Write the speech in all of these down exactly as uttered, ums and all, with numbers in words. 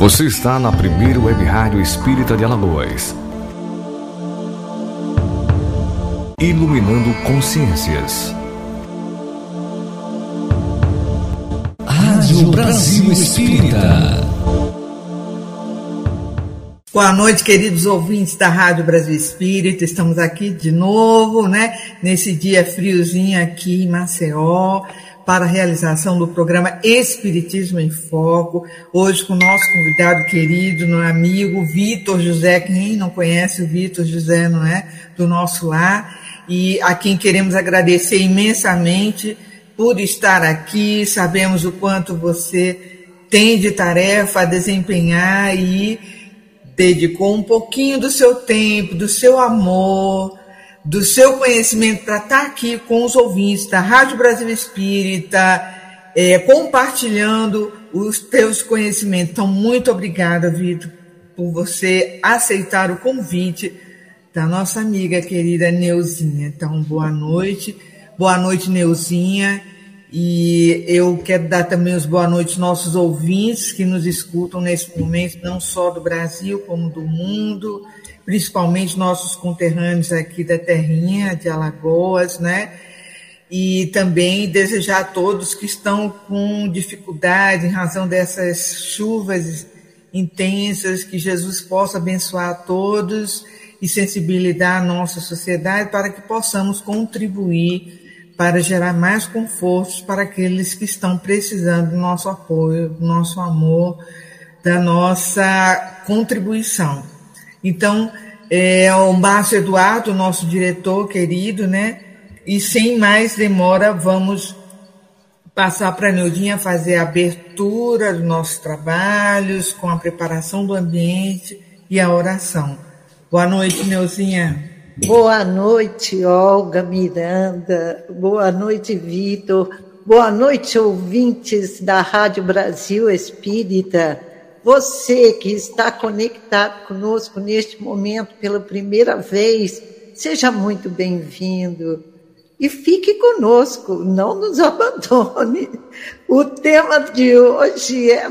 Você está na primeira web rádio espírita de Alagoas. Iluminando consciências. Rádio Brasil Espírita. Boa noite, queridos ouvintes da Rádio Brasil Espírita. Estamos aqui de novo, né? Nesse dia friozinho aqui em Maceió, para a realização do programa Espiritismo em Foco. Hoje com o nosso convidado querido, meu amigo Vitor José. Quem não conhece o Vitor José, não é? Do nosso lar. E a quem queremos agradecer imensamente por estar aqui. Sabemos o quanto você tem de tarefa a desempenhar e dedicou um pouquinho do seu tempo, do seu amor, do seu conhecimento para estar aqui com os ouvintes da Rádio Brasil Espírita, é, compartilhando os teus conhecimentos. Então, muito obrigada, Vitor, por você aceitar o convite da nossa amiga querida Neuzinha. Então, boa noite. Boa noite, Neuzinha. E eu quero dar também os boa noite aos nossos ouvintes que nos escutam nesse momento, não só do Brasil, como do mundo, principalmente nossos conterrâneos aqui da terrinha de Alagoas, né? E também desejar a todos que estão com dificuldade em razão dessas chuvas intensas, que Jesus possa abençoar a todos e sensibilizar a nossa sociedade para que possamos contribuir para gerar mais confortos para aqueles que estão precisando do nosso apoio, do nosso amor, da nossa contribuição. Então, é o Márcio Eduardo, nosso diretor querido, né? E sem mais demora, vamos passar para a Neudinha fazer a abertura dos nossos trabalhos, com a preparação do ambiente e a oração. Boa noite, Neuzinha. Boa noite, Olga Miranda. Boa noite, Vitor. Boa noite, ouvintes da Rádio Brasil Espírita. Você que está conectado conosco neste momento pela primeira vez, seja muito bem-vindo. E fique conosco, não nos abandone. O tema de hoje é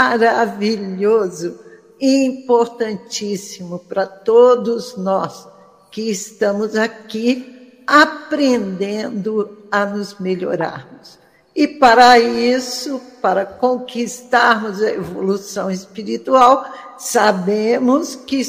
maravilhoso, importantíssimo para todos nós que estamos aqui aprendendo a nos melhorarmos. E para isso, para conquistarmos a evolução espiritual, sabemos que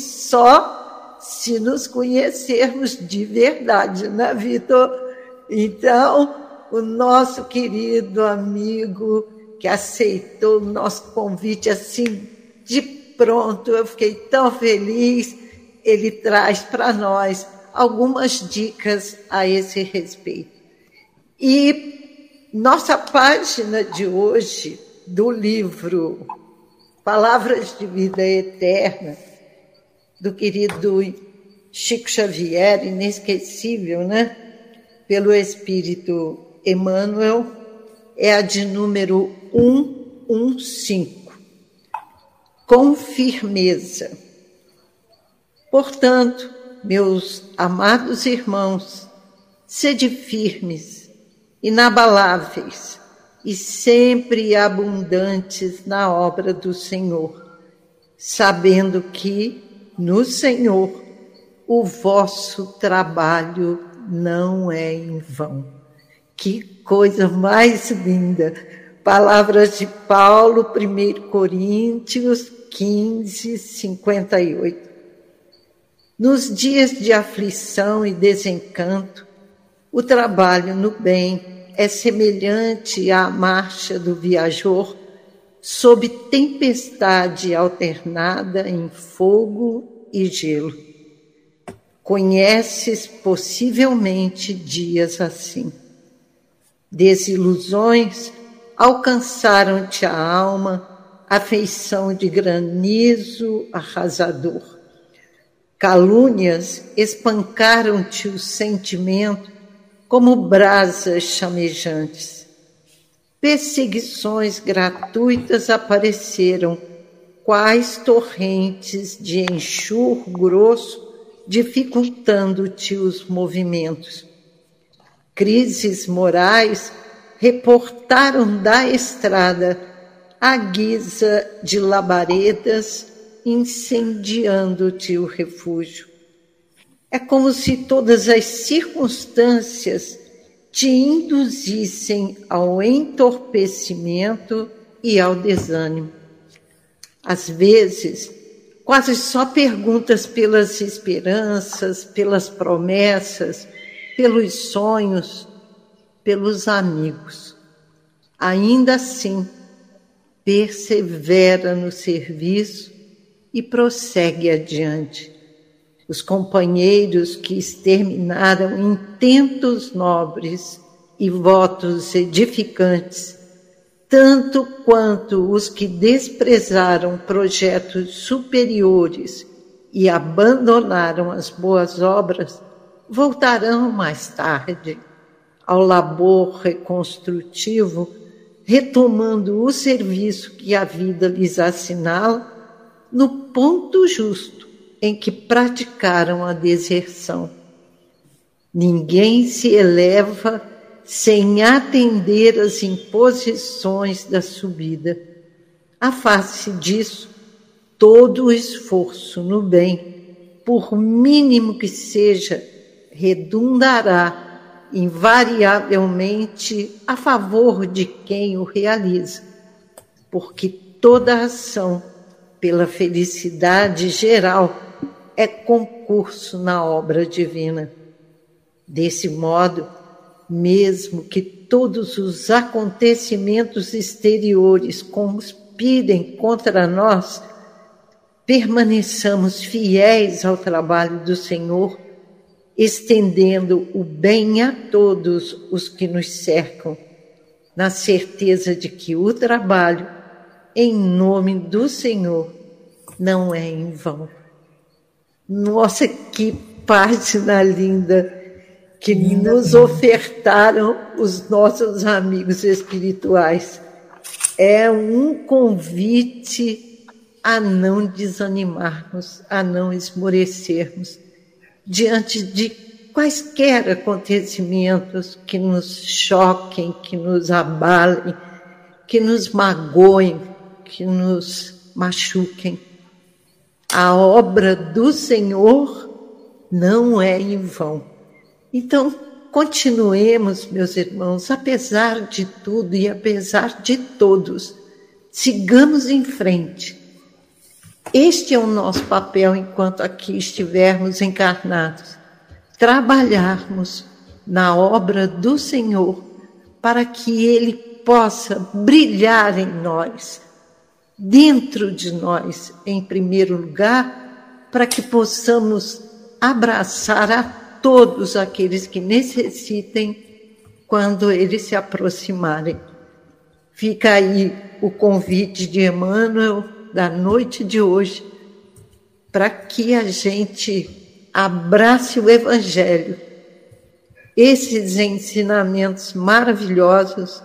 só se nos conhecermos de verdade, né, Vitor? Então, o nosso querido amigo que aceitou o nosso convite assim de pronto, eu fiquei tão feliz. Ele traz para nós algumas dicas a esse respeito. E nossa página de hoje, do livro Palavras de Vida Eterna, do querido Chico Xavier, inesquecível, né? Pelo Espírito Emmanuel, é a de número cento e quinze. Com firmeza. Portanto, meus amados irmãos, sede firmes, inabaláveis e sempre abundantes na obra do Senhor, sabendo que, no Senhor, o vosso trabalho não é em vão. Que coisa mais linda! Palavras de Paulo, primeira Coríntios quinze, cinquenta e oito. Nos dias de aflição e desencanto, o trabalho no bem é semelhante à marcha do viajor sob tempestade alternada em fogo e gelo. Conheces possivelmente dias assim. Desilusões alcançaram-te a alma, afeição de granizo arrasador. Calúnias espancaram-te o sentimento como brasas chamejantes. Perseguições gratuitas apareceram, quais torrentes de enxurro grosso, dificultando-te os movimentos. Crises morais reportaram da estrada à guisa de labaredas, incendiando-te o refúgio. É como se todas as circunstâncias te induzissem ao entorpecimento e ao desânimo. Às vezes, quase só perguntas pelas esperanças, pelas promessas, pelos sonhos, pelos amigos. Ainda assim, persevera no serviço e prossegue adiante. Os companheiros que exterminaram intentos nobres e votos edificantes, tanto quanto os que desprezaram projetos superiores e abandonaram as boas obras, voltarão mais tarde ao labor reconstrutivo, retomando o serviço que a vida lhes assinala no ponto justo em que praticaram a deserção. Ninguém se eleva sem atender às imposições da subida. À face disso, todo o esforço no bem, por mínimo que seja, redundará invariavelmente a favor de quem o realiza, porque toda ação pela felicidade geral é concurso na obra divina. Desse modo, mesmo que todos os acontecimentos exteriores conspirem contra nós, permaneçamos fiéis ao trabalho do Senhor, estendendo o bem a todos os que nos cercam, na certeza de que o trabalho, em nome do Senhor, não é em vão. Nossa, que página linda que linda, nos linda. Ofertaram os nossos amigos espirituais. É um convite a não desanimarmos, a não esmorecermos diante de quaisquer acontecimentos que nos choquem, que nos abalem, que nos magoem, que nos machuquem. A obra do Senhor não é em vão. Então, continuemos, meus irmãos, apesar de tudo e apesar de todos, sigamos em frente. Este é o nosso papel enquanto aqui estivermos encarnados, trabalharmos na obra do Senhor para que Ele possa brilhar em nós, dentro de nós, em primeiro lugar, para que possamos abraçar a todos aqueles que necessitem quando eles se aproximarem. Fica aí o convite de Emmanuel da noite de hoje, para que a gente abrace o Evangelho, esses ensinamentos maravilhosos,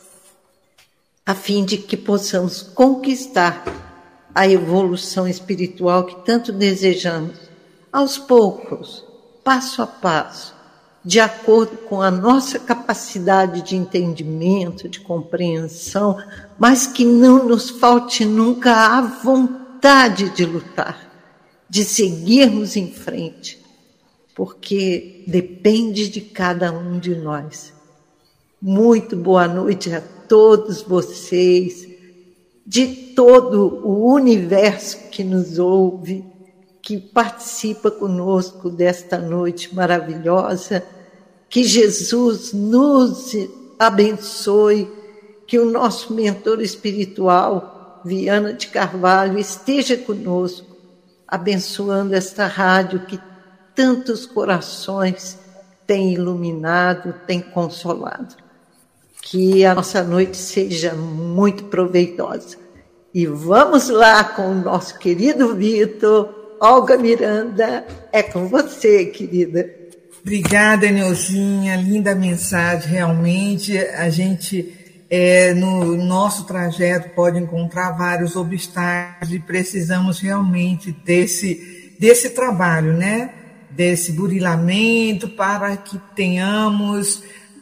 a fim de que possamos conquistar a evolução espiritual que tanto desejamos, aos poucos, passo a passo, de acordo com a nossa capacidade de entendimento, de compreensão, mas que não nos falte nunca a vontade de lutar, de seguirmos em frente, porque depende de cada um de nós. Muito boa noite a todos vocês, de todo o universo que nos ouve, que participa conosco desta noite maravilhosa. Que Jesus nos abençoe, que o nosso mentor espiritual, Viana de Carvalho, esteja conosco, abençoando esta rádio que tantos corações tem iluminado, tem consolado. Que a nossa noite seja muito proveitosa. E vamos lá com o nosso querido Vitor. Olga Miranda, é com você, querida. Obrigada, Neuzinha, linda mensagem. Realmente, a gente, é, no nosso trajeto, pode encontrar vários obstáculos e precisamos realmente desse, desse trabalho, né? Desse burilamento para que tenhamos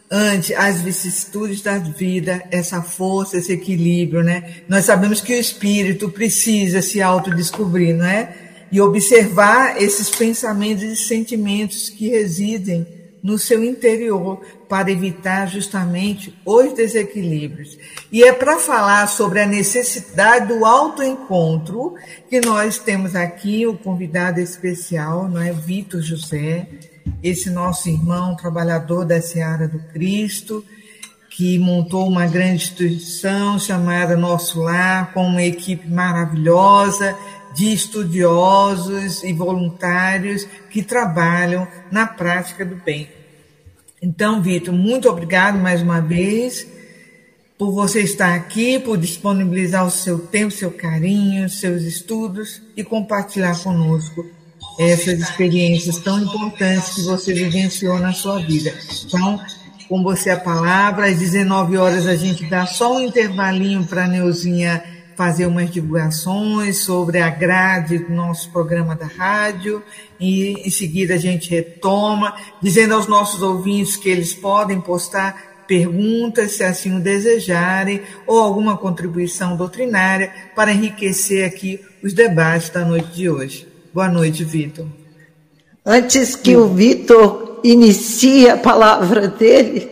ante as vicissitudes da vida, essa força, esse equilíbrio, né? Nós sabemos que o espírito precisa se autodescobrir, não é? E observar esses pensamentos e sentimentos que residem no seu interior, para evitar justamente os desequilíbrios. E é para falar sobre a necessidade do autoencontro que nós temos aqui o convidado especial, não é? Vitor José, esse nosso irmão trabalhador da Seara do Cristo, que montou uma grande instituição chamada Nosso Lar, com uma equipe maravilhosa de estudiosos e voluntários que trabalham na prática do bem. Então, Vitor, muito obrigado mais uma vez por você estar aqui, por disponibilizar o seu tempo, seu carinho, seus estudos e compartilhar conosco essas experiências tão importantes que você vivenciou na sua vida. Então, com você a palavra, às dezenove horas a gente dá só um intervalinho para a Neuzinha fazer umas divulgações sobre a grade do nosso programa da rádio e em seguida a gente retoma, dizendo aos nossos ouvintes que eles podem postar perguntas, se assim o desejarem, ou alguma contribuição doutrinária para enriquecer aqui os debates da noite de hoje. Boa noite, Vitor. Antes que o Vitor inicie a palavra dele,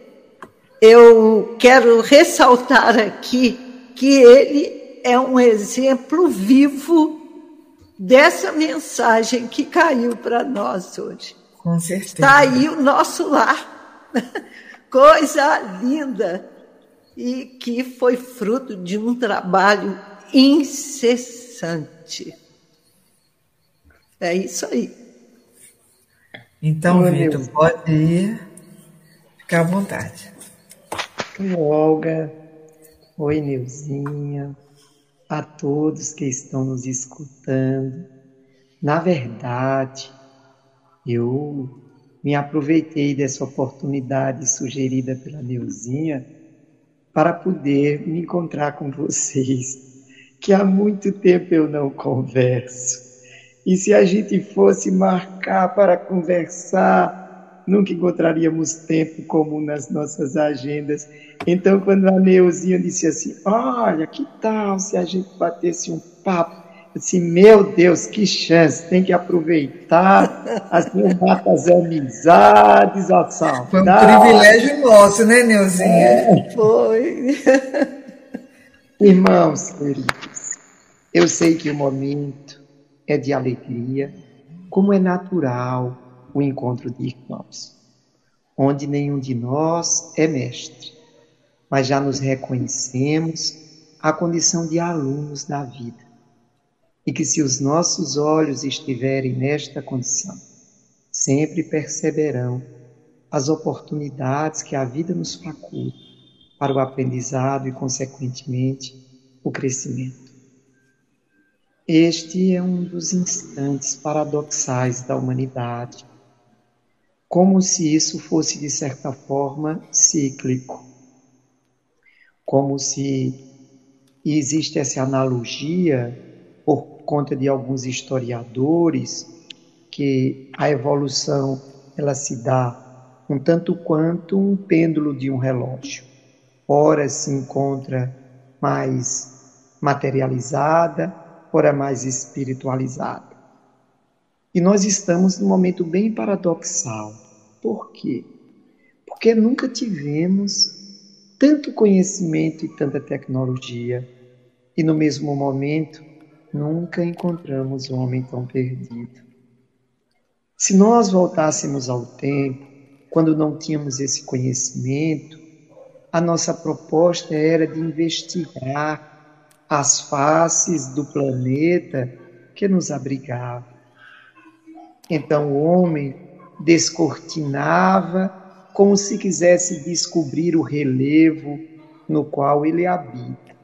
eu quero ressaltar aqui que ele é um exemplo vivo dessa mensagem que caiu para nós hoje. Com certeza. Está aí o nosso lar. Coisa linda. E que foi fruto de um trabalho incessante. É isso aí. Então, Vitor, pode ir. Fica à vontade. Oi, Olga. Oi, Neuzinha. A todos que estão nos escutando. Na verdade, eu me aproveitei dessa oportunidade sugerida pela Neuzinha para poder me encontrar com vocês, que há muito tempo eu não converso. E se a gente fosse marcar para conversar, nunca encontraríamos tempo comum nas nossas agendas. Então, quando a Neuzinha disse assim, olha, que tal se a gente batesse um papo? Eu disse, meu Deus, que chance, tem que aproveitar, assim eu mato as amizades, a saudade. Foi um privilégio nosso, né, Neuzinha? É. Foi. Irmãos queridos, eu sei que o momento é de alegria, como é natural o encontro de irmãos, onde nenhum de nós é mestre, mas já nos reconhecemos a condição de alunos da vida. E que se os nossos olhos estiverem nesta condição, sempre perceberão as oportunidades que a vida nos faculta para o aprendizado e, consequentemente, o crescimento. Este é um dos instantes paradoxais da humanidade, como se isso fosse, de certa forma, cíclico, como se existe essa analogia por conta de alguns historiadores, que a evolução ela se dá um tanto quanto um pêndulo de um relógio. Ora se encontra mais materializada, ora mais espiritualizada. E nós estamos num momento bem paradoxal. Por quê? Porque nunca tivemos tanto conhecimento e tanta tecnologia, e no mesmo momento nunca encontramos um homem tão perdido. Se nós voltássemos ao tempo, quando não tínhamos esse conhecimento, a nossa proposta era de investigar as faces do planeta que nos abrigava. Então o homem descortinava como se quisesse descobrir o relevo no qual ele habita.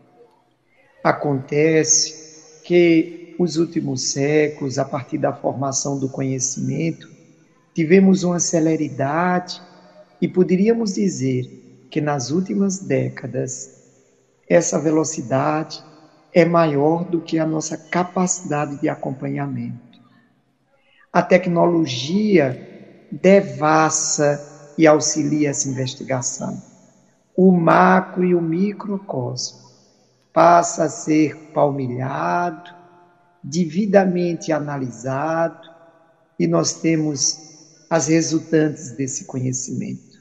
Acontece que os últimos séculos, a partir da formação do conhecimento, tivemos uma celeridade e poderíamos dizer que nas últimas décadas essa velocidade é maior do que a nossa capacidade de acompanhamento. A tecnologia devassa e auxilia essa investigação. O macro e o microcosmo passa a ser palmilhado, devidamente analisado, e nós temos as resultantes desse conhecimento.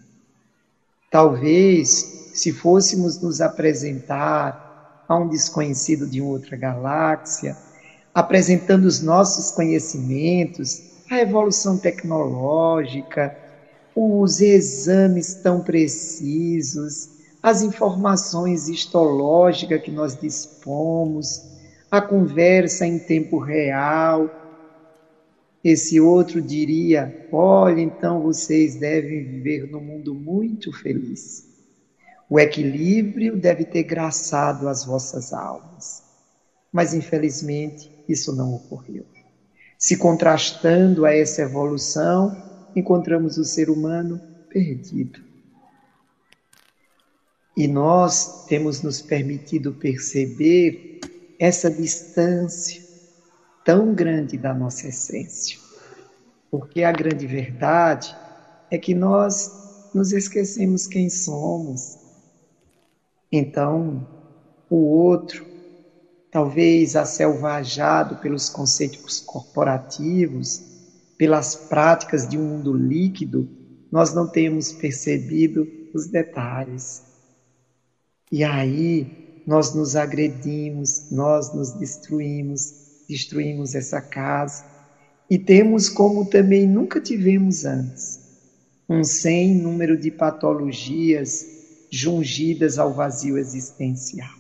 Talvez, se fôssemos nos apresentar a um desconhecido de outra galáxia, apresentando os nossos conhecimentos, a evolução tecnológica, os exames tão precisos, as informações histológicas que nós dispomos, a conversa em tempo real, esse outro diria: olha, então vocês devem viver num mundo muito feliz. O equilíbrio deve ter graçado as vossas almas. Mas, infelizmente, isso não ocorreu. Se contrastando a essa evolução, encontramos o ser humano perdido. E nós temos nos permitido perceber essa distância tão grande da nossa essência. Porque a grande verdade é que nós nos esquecemos quem somos. Então, o outro, talvez aselvajado pelos conceitos corporativos, pelas práticas de um mundo líquido, nós não temos percebido os detalhes. E aí nós nos agredimos, nós nos destruímos, destruímos essa casa e temos, como também nunca tivemos antes, um sem número de patologias jungidas ao vazio existencial.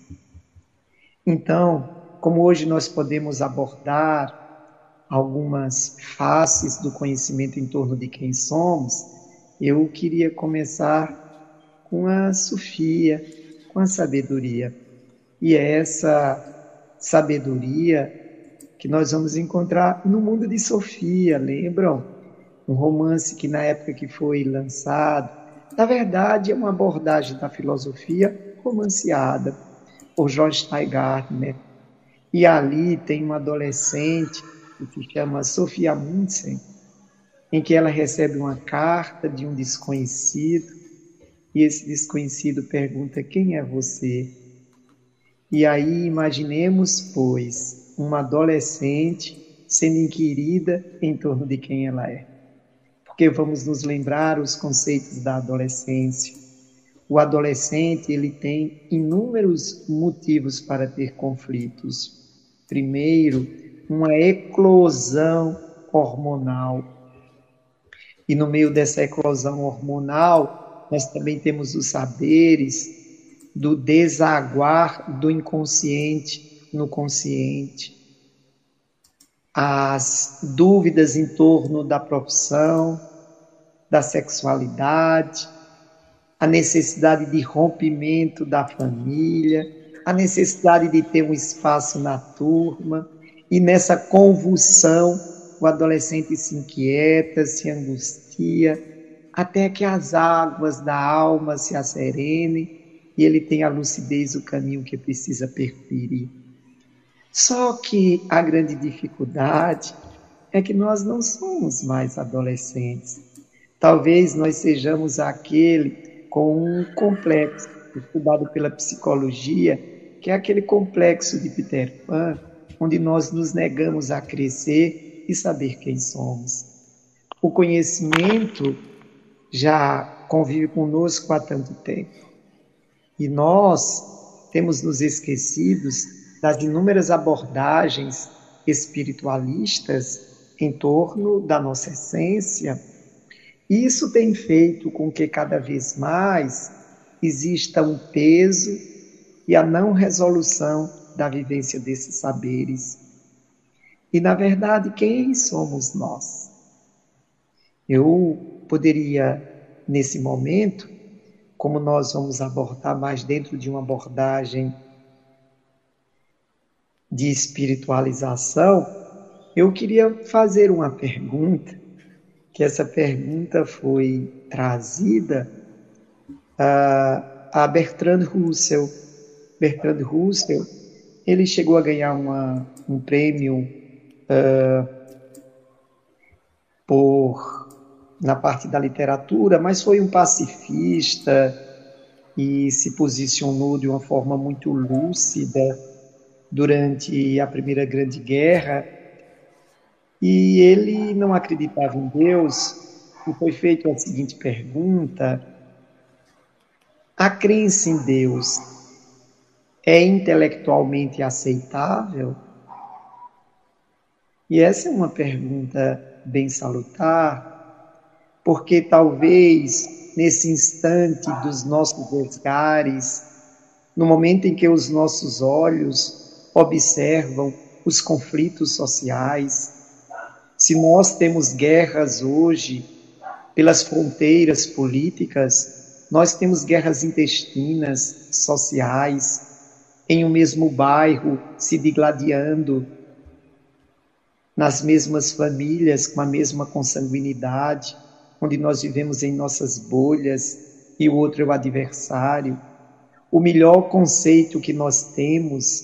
Então, como hoje nós podemos abordar algumas faces do conhecimento em torno de quem somos, eu queria começar com a Sofia, com a sabedoria. E é essa sabedoria que nós vamos encontrar no Mundo de Sofia, lembram? Um romance que na época que foi lançado, na verdade é uma abordagem da filosofia romanceada por John Steingartner. E ali tem uma adolescente que se chama Sophia Amundsen, em que ela recebe uma carta de um desconhecido, e esse desconhecido pergunta: quem é você? E aí imaginemos, pois, uma adolescente sendo inquirida em torno de quem ela é. Porque vamos nos lembrar os conceitos da adolescência. O adolescente, ele tem inúmeros motivos para ter conflitos. Primeiro, uma eclosão hormonal. E no meio dessa eclosão hormonal, nós também temos os saberes do desaguar do inconsciente no consciente. As dúvidas em torno da profissão, da sexualidade, a necessidade de rompimento da família, a necessidade de ter um espaço na turma, e nessa convulsão o adolescente se inquieta, se angustia, até que as águas da alma se asserenem e ele tem a lucidez do caminho que precisa perferir. Só que a grande dificuldade é que nós não somos mais adolescentes. Talvez nós sejamos aquele com um complexo, estudado pela psicologia, que é aquele complexo de Peter Pan, onde nós nos negamos a crescer e saber quem somos. O conhecimento já convive conosco há tanto tempo. E nós temos nos esquecidos das inúmeras abordagens espiritualistas em torno da nossa essência. E isso tem feito com que cada vez mais exista um peso e a não resolução da vivência desses saberes. E, na verdade, quem somos nós? Eu poderia, nesse momento, como nós vamos abordar mais dentro de uma abordagem de espiritualização, eu queria fazer uma pergunta, que essa pergunta foi trazida a, a Bertrand Russell. Bertrand Russell, ele chegou a ganhar uma, um prêmio uh, por na parte da literatura, mas foi um pacifista e se posicionou de uma forma muito lúcida durante a Primeira Grande Guerra. E ele não acreditava em Deus, e foi feita a seguinte pergunta: a crença em Deus é intelectualmente aceitável? E essa é uma pergunta bem salutar, porque talvez nesse instante dos nossos esgares, no momento em que os nossos olhos observam os conflitos sociais, se nós temos guerras hoje pelas fronteiras políticas, nós temos guerras intestinas, sociais, em um mesmo bairro, se digladiando, nas mesmas famílias, com a mesma consanguinidade, onde nós vivemos em nossas bolhas e o outro é o adversário. O melhor conceito que nós temos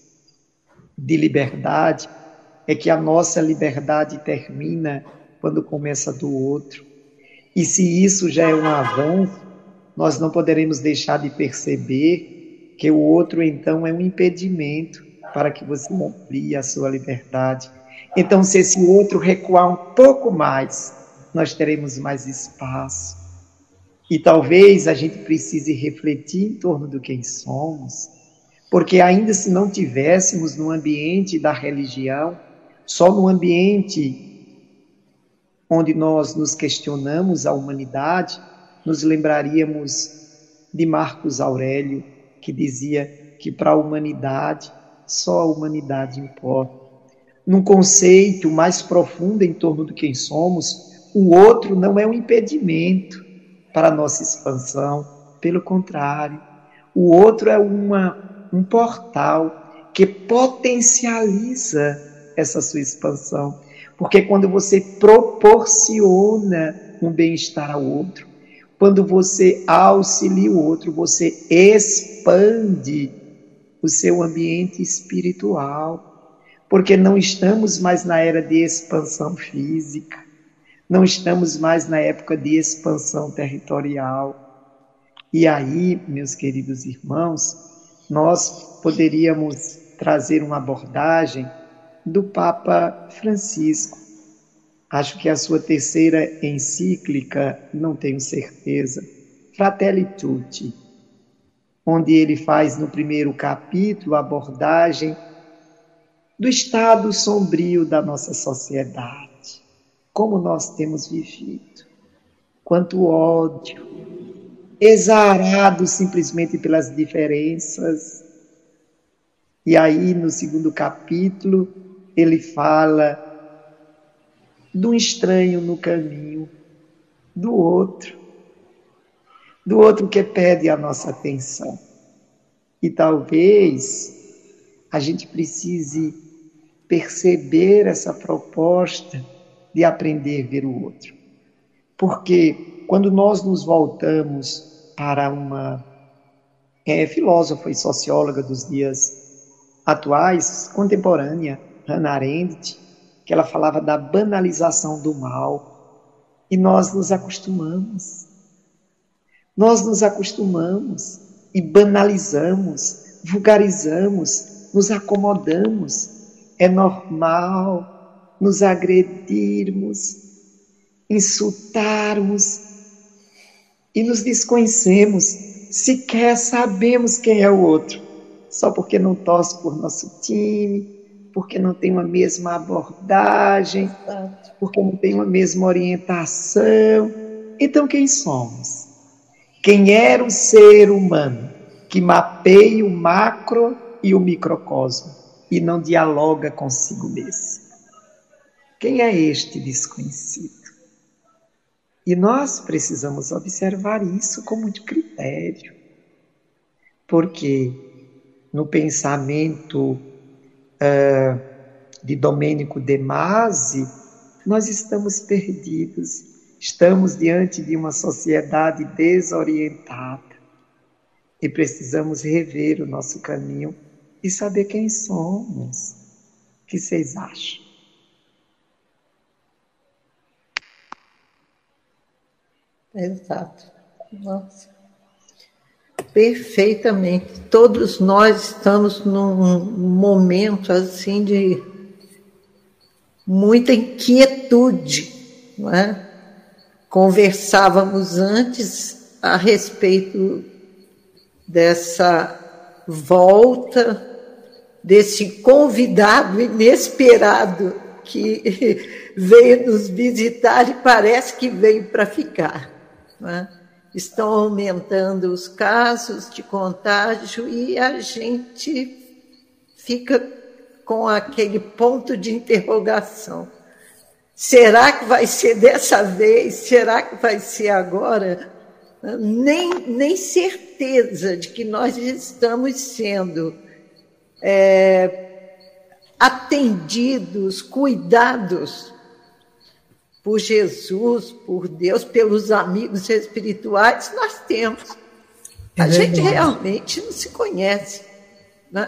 de liberdade é que a nossa liberdade termina quando começa do outro. E se isso já é um avanço, nós não poderemos deixar de perceber que o outro, então, é um impedimento para que você amplie a sua liberdade. Então, se esse outro recuar um pouco mais, nós teremos mais espaço. E talvez a gente precise refletir em torno do quem somos, porque ainda se não tivéssemos no ambiente da religião, só no ambiente onde nós nos questionamos a humanidade, nos lembraríamos de Marcos Aurélio, que dizia que para a humanidade, só a humanidade importa. Num conceito mais profundo em torno de quem somos, o outro não é um impedimento para a nossa expansão, pelo contrário, o outro é uma, um portal que potencializa essa sua expansão, porque quando você proporciona um bem-estar ao outro, quando você auxilia o outro, você expande o seu ambiente espiritual, porque não estamos mais na era de expansão física, não estamos mais na época de expansão territorial. E aí, meus queridos irmãos, nós poderíamos trazer uma abordagem do Papa Francisco. Acho que a sua terceira encíclica, não tenho certeza, Fratelli Tutti, onde ele faz no primeiro capítulo a abordagem do estado sombrio da nossa sociedade. Como nós temos vivido, quanto ódio, exarado simplesmente pelas diferenças. E aí, no segundo capítulo, ele fala do estranho no caminho, do outro, do outro que pede a nossa atenção. E talvez a gente precise perceber essa proposta de aprender a ver o outro. Porque quando nós nos voltamos para uma é, filósofa e socióloga dos dias atuais, contemporânea, Hannah Arendt, que ela falava da banalização do mal, e nós nos acostumamos. Nós nos acostumamos e banalizamos, vulgarizamos, nos acomodamos. É normal nos agredirmos, insultarmos e nos desconhecemos, sequer sabemos quem é o outro, só porque não torce por nosso time, porque não tem uma mesma abordagem, porque não tem uma mesma orientação. Então quem somos? Quem era o ser humano que mapeia o macro e o microcosmo e não dialoga consigo mesmo? Quem é este desconhecido? E nós precisamos observar isso com muito critério, porque no pensamento uh, de Domênico de Masi, nós estamos perdidos, estamos diante de uma sociedade desorientada e precisamos rever o nosso caminho e saber quem somos. O que vocês acham? Exato. Nossa. Perfeitamente. Todos nós estamos num momento assim de muita inquietude, não é? Conversávamos antes a respeito dessa volta, desse convidado inesperado que veio nos visitar e parece que veio para ficar, não é? Estão aumentando os casos de contágio e a gente fica com aquele ponto de interrogação. Será que vai ser dessa vez? Será que vai ser agora? Nem, nem certeza de que nós estamos sendo é, atendidos, cuidados por Jesus, por Deus, pelos amigos espirituais, nós temos. É a gente realmente não se conhece, né?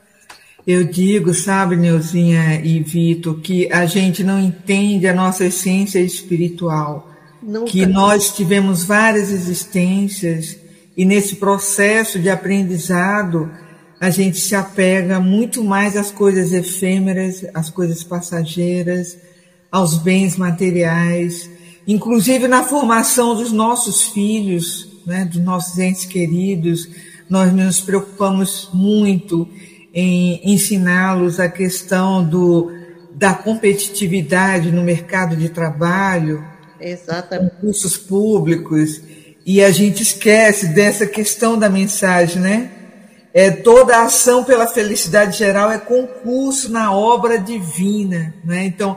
Eu digo, sabe, Neuzinha e Vitor, que a gente não entende a nossa essência espiritual. Nunca. Que nós tivemos várias existências e nesse processo de aprendizado a gente se apega muito mais às coisas efêmeras, às coisas passageiras, aos bens materiais, inclusive na formação dos nossos filhos, né, dos nossos entes queridos. Nós nos preocupamos muito em ensiná-los a questão do, da competitividade no mercado de trabalho, exatamente, concursos públicos, e a gente esquece dessa questão da mensagem, né? É, toda a ação pela felicidade geral é concurso na obra divina, né? Então,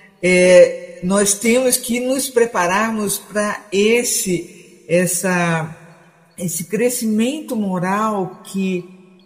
é, nós temos que nos prepararmos para esse, essa, esse crescimento moral que,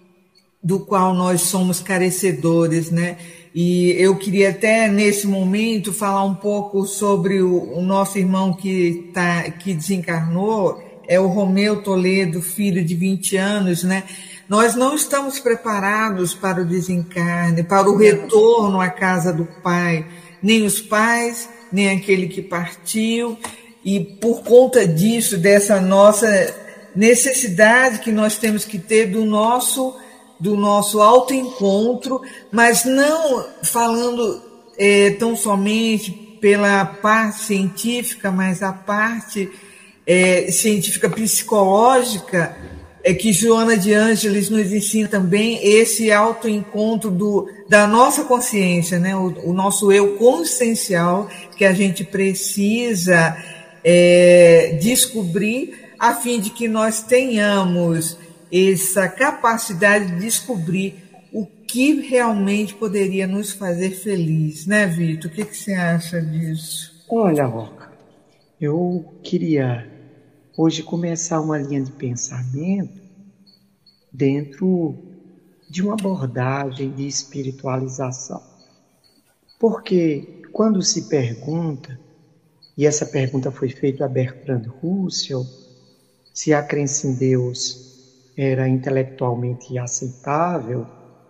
do qual nós somos carecedores, né? E eu queria até, nesse momento, falar um pouco sobre o, o nosso irmão que, tá, que desencarnou, é o Romeu Toledo, filho de vinte anos, né? Nós não estamos preparados para o desencarne, para o retorno à casa do Pai, nem os pais, nem aquele que partiu, e por conta disso, dessa nossa necessidade que nós temos que ter do nosso, do nosso autoencontro, mas não falando é, tão somente pela parte científica, mas a parte é, científica psicológica, é que Joana de Ângeles nos ensina também esse autoencontro do, da nossa consciência, né? o, o nosso eu consciencial, que a gente precisa é, descobrir a fim de que nós tenhamos essa capacidade de descobrir o que realmente poderia nos fazer feliz, né, Vitor? O que, que você acha disso? Olha, Roca, eu queria hoje começar uma linha de pensamento dentro de uma abordagem de espiritualização. Porque quando se pergunta, e essa pergunta foi feita a Bertrand Russell, se a crença em Deus era intelectualmente aceitável,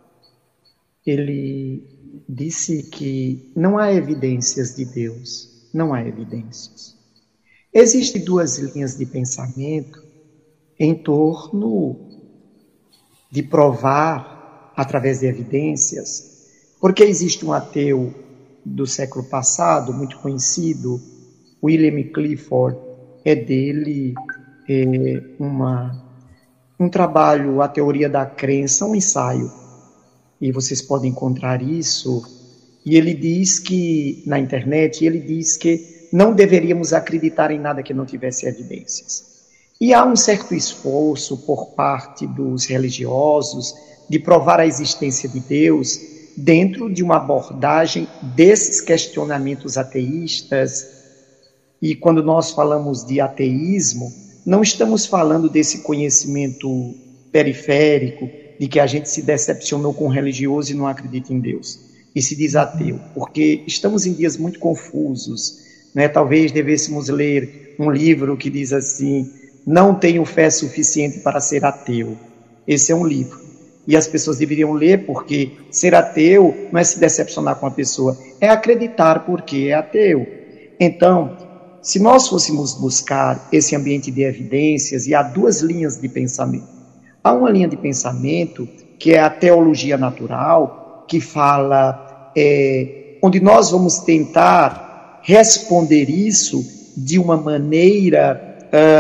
ele disse que não há evidências de Deus, não há evidências. Existem duas linhas de pensamento em torno de provar através de evidências, porque existe um ateu do século passado, muito conhecido, William Clifford, é dele é, uma, um trabalho, A Teoria da Crença, um ensaio, e vocês podem encontrar isso, e ele diz que, na internet, ele diz que não deveríamos acreditar em nada que não tivesse evidências. E há um certo esforço por parte dos religiosos de provar a existência de Deus dentro de uma abordagem desses questionamentos ateístas. E quando nós falamos de ateísmo, não estamos falando desse conhecimento periférico de que a gente se decepcionou com o religioso e não acredita em Deus e se diz ateu, porque estamos em dias muito confusos. Né? Talvez devêssemos ler um livro que diz assim: não tenho fé suficiente para ser ateu. Esse é um livro. E as pessoas deveriam ler, porque ser ateu não é se decepcionar com a pessoa, é acreditar porque é ateu. Então, se nós fôssemos buscar esse ambiente de evidências, e há duas linhas de pensamento. Há uma linha de pensamento que é a teologia natural, que fala, é, onde nós vamos tentar responder isso de uma maneira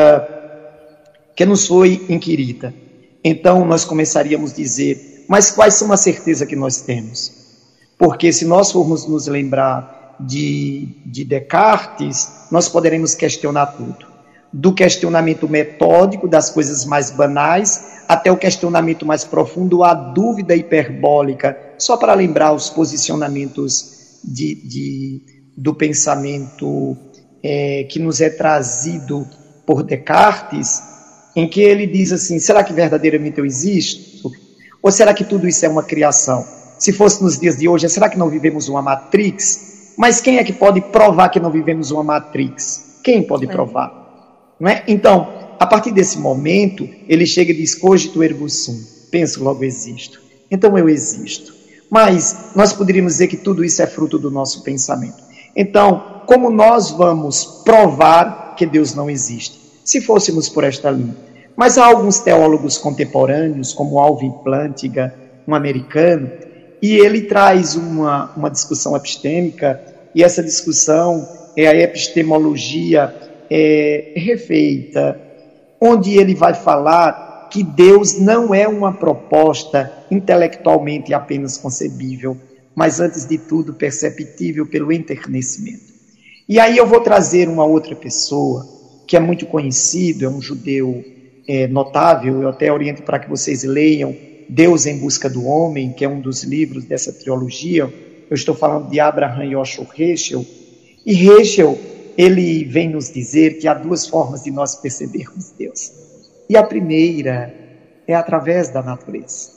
uh, que nos foi inquirida. Então nós começaríamos a dizer, mas quais são as certezas que nós temos? Porque se nós formos nos lembrar de, de Descartes, nós poderemos questionar tudo. Do questionamento metódico das coisas mais banais, até o questionamento mais profundo, a dúvida hiperbólica, só para lembrar os posicionamentos de, de, do pensamento é, que nos é trazido por Descartes, em que ele diz assim, será que verdadeiramente eu existo? Ou será que tudo isso é uma criação? Se fosse nos dias de hoje, será que não vivemos uma Matrix? Mas quem é que pode provar que não vivemos uma Matrix? Quem pode provar? Não é? Então, a partir desse momento, ele chega e diz, cogito ergo sum, penso, logo existo. Então eu existo. Mas nós poderíamos dizer que tudo isso é fruto do nosso pensamento. Então, como nós vamos provar que Deus não existe? Se fôssemos por esta linha. Mas há alguns teólogos contemporâneos, como Alvin Plantinga, um americano, e ele traz uma, uma discussão epistêmica, e essa discussão é a epistemologia é, refeita, onde ele vai falar que Deus não é uma proposta intelectualmente apenas concebível, mas antes de tudo perceptível pelo enternecimento. E aí eu vou trazer uma outra pessoa, que é muito conhecido, é um judeu é, notável, eu até oriento para que vocês leiam Deus em Busca do Homem, que é um dos livros dessa trilogia. Eu estou falando de Abraham Joshua Heschel, e Heschel, ele vem nos dizer que há duas formas de nós percebermos Deus. E a primeira é através da natureza.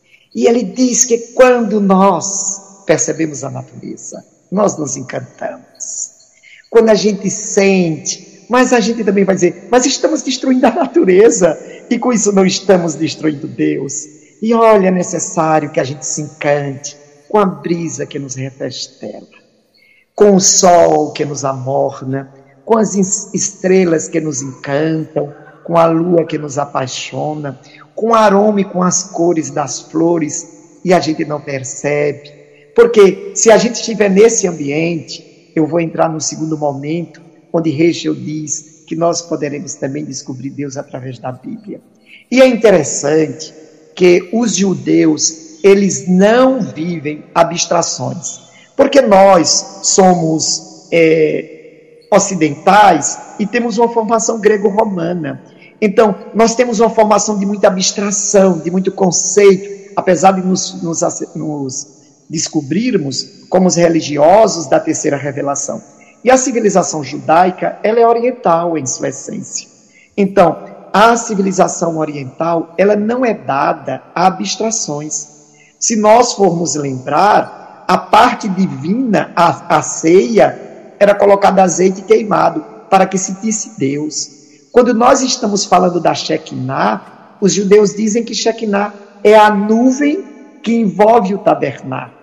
E ele diz que quando nós percebemos a natureza, nós nos encantamos. Quando a gente sente, mas a gente também vai dizer, mas estamos destruindo a natureza, e com isso não estamos destruindo Deus. E olha, é necessário que a gente se encante com a brisa que nos refestela, com o sol que nos amorna, com as estrelas que nos encantam, com a lua que nos apaixona, com o aroma e com as cores das flores, e a gente não percebe. Porque se a gente estiver nesse ambiente, eu vou entrar no segundo momento, onde Heschel diz que nós poderemos também descobrir Deus através da Bíblia. E é interessante que os judeus, eles não vivem abstrações, porque nós somos é, ocidentais e temos uma formação grego-romana. Então, nós temos uma formação de muita abstração, de muito conceito, apesar de nos, nos, nos descobrirmos como os religiosos da terceira revelação. E a civilização judaica, ela é oriental em sua essência. Então, a civilização oriental, ela não é dada a abstrações. Se nós formos lembrar, a parte divina, a, a ceia, era colocada azeite queimado para que sentisse Deus. Quando nós estamos falando da Shekinah, os judeus dizem que Shekinah é a nuvem que envolve o tabernáculo.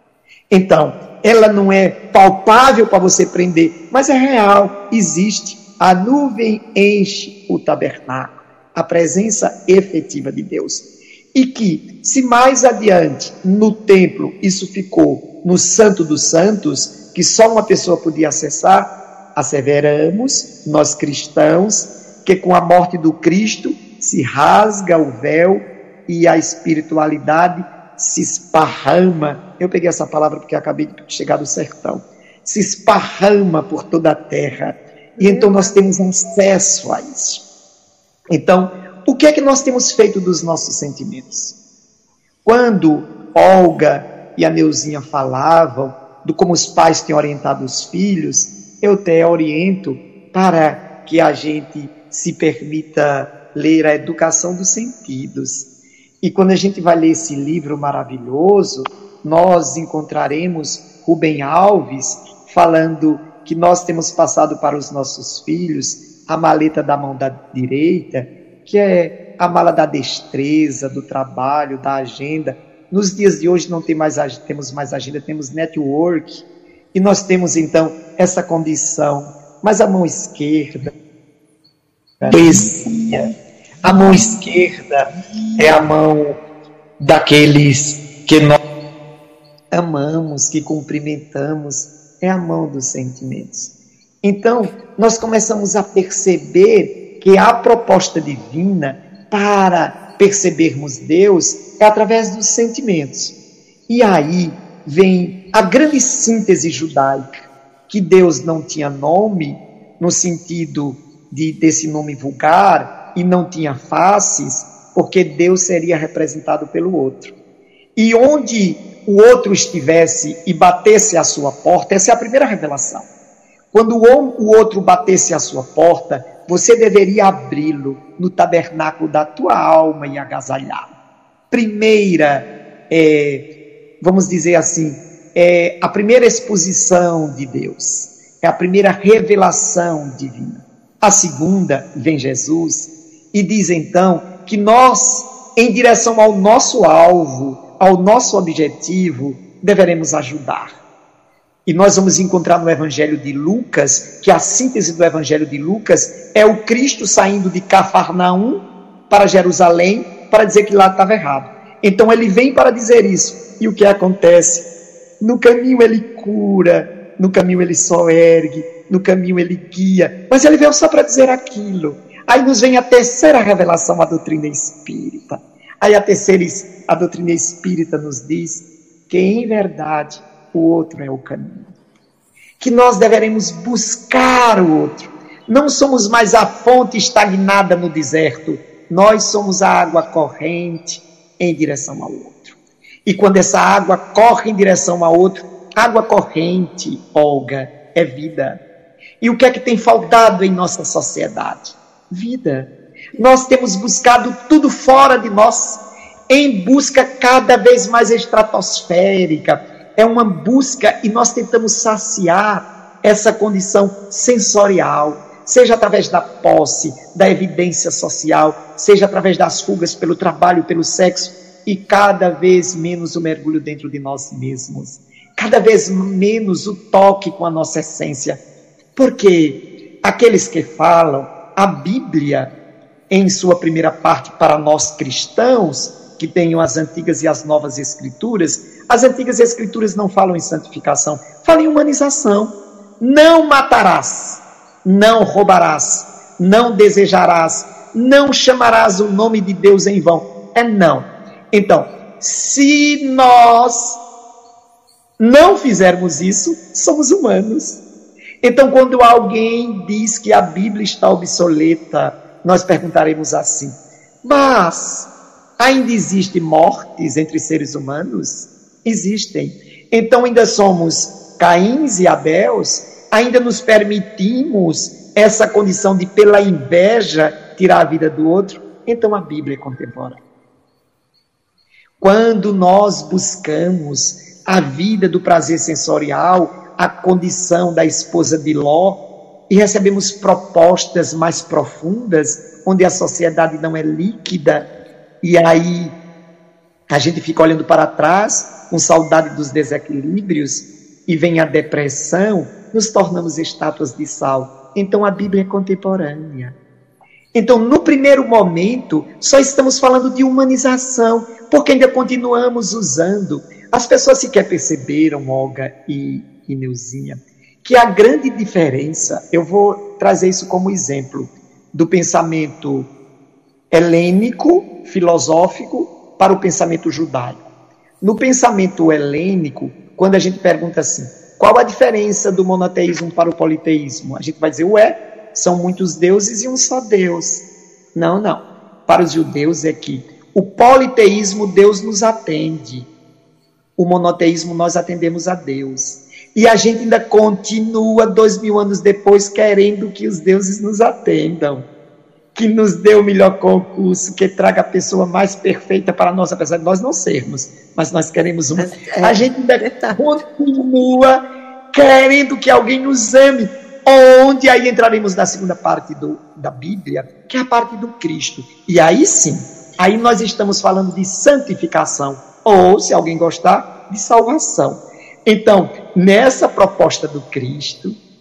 Então, ela não é palpável para você prender, mas é real, existe. A nuvem enche o tabernáculo, a presença efetiva de Deus. E que, se mais adiante, no templo, isso ficou no Santo dos Santos, que só uma pessoa podia acessar, asseveramos, nós cristãos, que com a morte do Cristo se rasga o véu e a espiritualidade se esparrama. Eu peguei essa palavra porque acabei de chegar do sertão. Se esparrama por toda a terra. E então nós temos acesso a isso. Então, o que é que nós temos feito dos nossos sentimentos? Quando Olga e a Neuzinha falavam do como os pais têm orientado os filhos, eu até oriento para que a gente se permita ler a Educação dos Sentidos. E quando a gente vai ler esse livro maravilhoso, nós encontraremos Rubem Alves falando que nós temos passado para os nossos filhos a maleta da mão da direita, que é a mala da destreza, do trabalho, da agenda. Nos dias de hoje não tem mais, temos mais agenda, temos network, e nós temos então essa condição mas a mão esquerda, poesia. A mão esquerda é a mão daqueles que nós amamos, que cumprimentamos, é a mão dos sentimentos. Então, nós começamos a perceber que a proposta divina para percebermos Deus é através dos sentimentos. E aí vem a grande síntese judaica, que Deus não tinha nome, no sentido de, desse nome vulgar, e não tinha faces, porque Deus seria representado pelo outro. E onde o outro estivesse e batesse à sua porta, essa é a primeira revelação. Quando o outro batesse à sua porta, você deveria abri-lo no tabernáculo da tua alma e agasalhá-lo. Primeira, é, vamos dizer assim, é a primeira exposição de Deus, é a primeira revelação divina. A segunda, vem Jesus e diz então que nós, em direção ao nosso alvo, ao nosso objetivo, deveremos ajudar. E nós vamos encontrar no Evangelho de Lucas, que a síntese do Evangelho de Lucas é o Cristo saindo de Cafarnaum para Jerusalém, para dizer que lá estava errado. Então ele vem para dizer isso. E o que acontece? No caminho ele cura, no caminho ele só ergue, no caminho ele guia. Mas ele veio só para dizer aquilo. Aí nos vem a terceira revelação, a doutrina espírita. Aí a terceira, a doutrina espírita nos diz que em verdade o outro é o caminho. Que nós deveremos buscar o outro. Não somos mais a fonte estagnada no deserto. Nós somos a água corrente em direção ao outro. E quando essa água corre em direção ao outro, água corrente, Olga, é vida. E o que é que tem faltado em nossa sociedade? Vida. Nós temos buscado tudo fora de nós, em busca cada vez mais estratosférica. É uma busca e nós tentamos saciar essa condição sensorial, seja através da posse, da evidência social, seja através das fugas pelo trabalho, pelo sexo, e cada vez menos o mergulho dentro de nós mesmos, cada vez menos o toque com a nossa essência. Porque aqueles que falam, a Bíblia, em sua primeira parte para nós cristãos, que tenham as antigas e as novas escrituras, as antigas escrituras não falam em santificação, falam em humanização. Não matarás, não roubarás, não desejarás, não chamarás o nome de Deus em vão. É não. Então, se nós não fizermos isso, somos humanos. Então, quando alguém diz que a Bíblia está obsoleta, nós perguntaremos assim: mas ainda existem mortes entre seres humanos? Existem. Então, ainda somos Caíns e Abéus? Ainda nos permitimos essa condição de, pela inveja, tirar a vida do outro? Então, a Bíblia é contemporânea. Quando nós buscamos a vida do prazer sensorial, a condição da esposa de Ló, e recebemos propostas mais profundas, onde a sociedade não é líquida, e aí a gente fica olhando para trás, com saudade dos desequilíbrios, e vem a depressão, nos tornamos estátuas de sal. Então a Bíblia é contemporânea. Então, no primeiro momento, só estamos falando de humanização, porque ainda continuamos usando. As pessoas sequer perceberam, Olga e, e Neuzinha, que a grande diferença, eu vou trazer isso como exemplo, do pensamento helênico, filosófico, para o pensamento judaico. No pensamento helênico, quando a gente pergunta assim, qual a diferença do monoteísmo para o politeísmo? A gente vai dizer, ué, são muitos deuses e um só Deus. Não, não. Para os judeus é que o politeísmo, Deus nos atende. O monoteísmo, nós atendemos a Deus. E a gente ainda continua, dois mil anos depois, querendo que os deuses nos atendam. Que nos dê o melhor concurso, que traga a pessoa mais perfeita para nós, apesar de nós não sermos. Mas nós queremos uma. É, a gente ainda é continua querendo que alguém nos ame. Onde aí entraremos na segunda parte do, da Bíblia, que é a parte do Cristo. E aí sim, aí nós estamos falando de santificação, ou, se alguém gostar, de salvação. Então, nessa proposta do Cristo,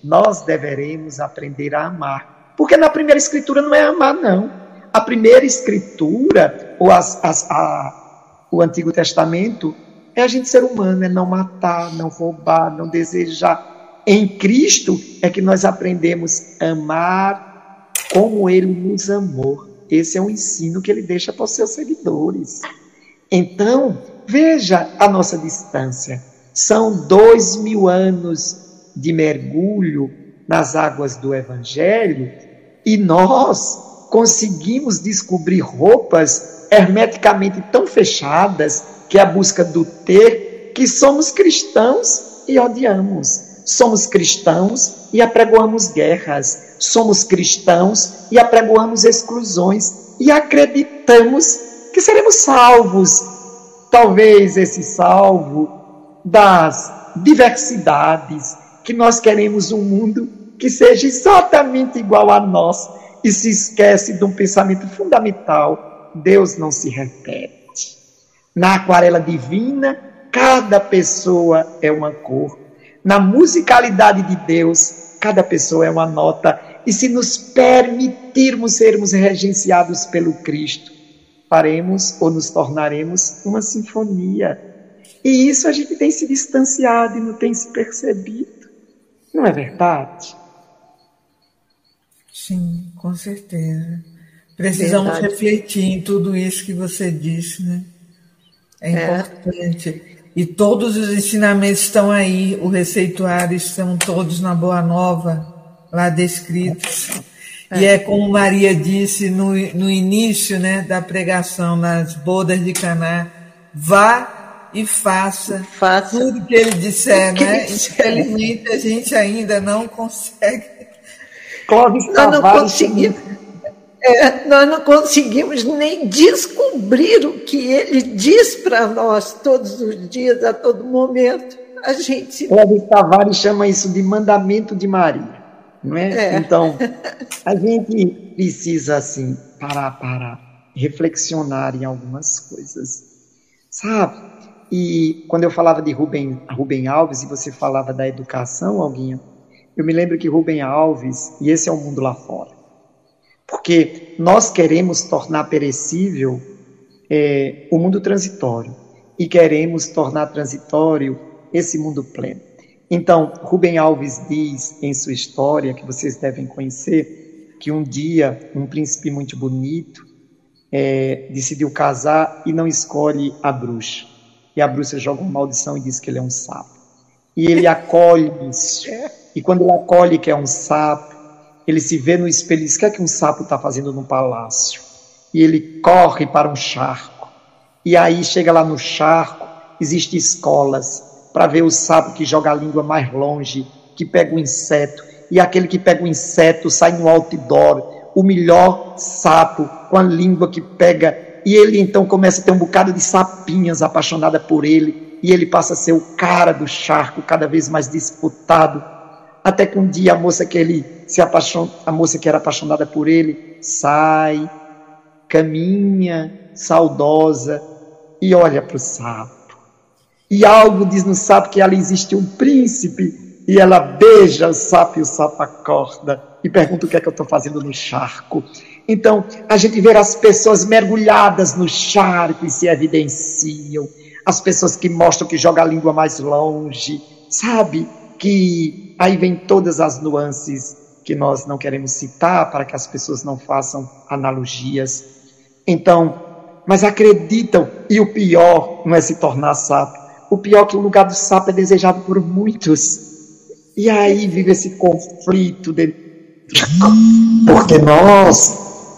nós deveremos aprender a amar. Porque na primeira escritura não é amar, não. A primeira escritura, ou as, as, a, o Antigo Testamento, é a gente ser humano, é não matar, não roubar, não desejar. Em Cristo é que nós aprendemos a amar como Ele nos amou. Esse é um ensino que Ele deixa para os seus seguidores. Então, veja a nossa distância. São dois mil anos de mergulho nas águas do Evangelho e nós conseguimos descobrir roupas hermeticamente tão fechadas, que é a busca do ter, que somos cristãos e odiamos. Somos cristãos e apregoamos guerras. Somos cristãos e apregoamos exclusões. E acreditamos que seremos salvos. Talvez esse salvo das diversidades, que nós queremos um mundo que seja exatamente igual a nós, e se esquece de um pensamento fundamental: Deus não se repete. Na aquarela divina, cada pessoa é uma cor. Na musicalidade de Deus, cada pessoa é uma nota. E se nos permitirmos sermos regenciados pelo Cristo, faremos ou nos tornaremos uma sinfonia. E isso a gente tem se distanciado e não tem se percebido. Não é verdade? Sim, com certeza. Precisamos Verdade. refletir em tudo isso que você disse, né? É importante. É. E todos os ensinamentos estão aí, o receituário estão todos na Boa Nova, lá descritos. É. E é como Maria disse no, no início, né, da pregação nas bodas de Caná: vá e faça, faça. tudo que ele disser, que né? Ele Infelizmente a gente ainda não consegue. Clóvis nós não conseguimos, é, nós não conseguimos nem descobrir o que ele diz para nós todos os dias, a todo momento. A gente... Clóvis Tavares chama isso de mandamento de Maria, não é? é. Então, a gente precisa, assim, parar para reflexionar em algumas coisas, sabe? E quando eu falava de Rubem, Rubem Alves e você falava da educação, Alguinha, eu me lembro que Rubem Alves, e esse é o mundo lá fora, porque nós queremos tornar perecível é, o mundo transitório e queremos tornar transitório esse mundo pleno. Então, Rubem Alves diz em sua história, que vocês devem conhecer, que um dia um príncipe muito bonito é, decidiu casar e não escolhe a bruxa. E a bruxa joga uma maldição e diz que ele é um sapo. E ele acolhe isso. E quando ele acolhe que é um sapo, ele se vê no espelho e diz: o que é que um sapo está fazendo no palácio? E ele corre para um charco. E aí chega lá no charco, existem escolas para ver o sapo que joga a língua mais longe, que pega o inseto. E aquele que pega o inseto sai no outdoor, o melhor sapo com a língua que pega. E ele então começa a ter um bocado de sapinhas apaixonada por ele. E ele passa a ser o cara do charco, cada vez mais disputado. Até que um dia a moça que ele se apaixon... a moça que era apaixonada por ele sai, caminha, saudosa, e olha para o sapo. E algo diz no sapo que ali existe um príncipe, e ela beija o sapo e o sapo acorda e pergunta: o que é que eu estou fazendo no charco? Então, a gente vê as pessoas mergulhadas no charco e se evidenciam, as pessoas que mostram que jogam a língua mais longe, sabe? Que aí vem todas as nuances que nós não queremos citar para que as pessoas não façam analogias. Então, mas acreditam, e o pior não é se tornar sapo, o pior é que o lugar do sapo é desejado por muitos. E aí vive esse conflito dentro, porque nós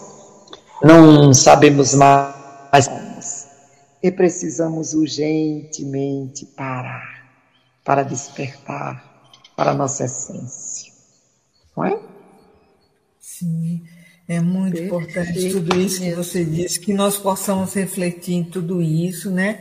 não sabemos mais e precisamos urgentemente parar para despertar para a nossa essência, não é? Sim, é muito Perfeito. importante tudo isso que você disse, que nós possamos refletir em tudo isso, né?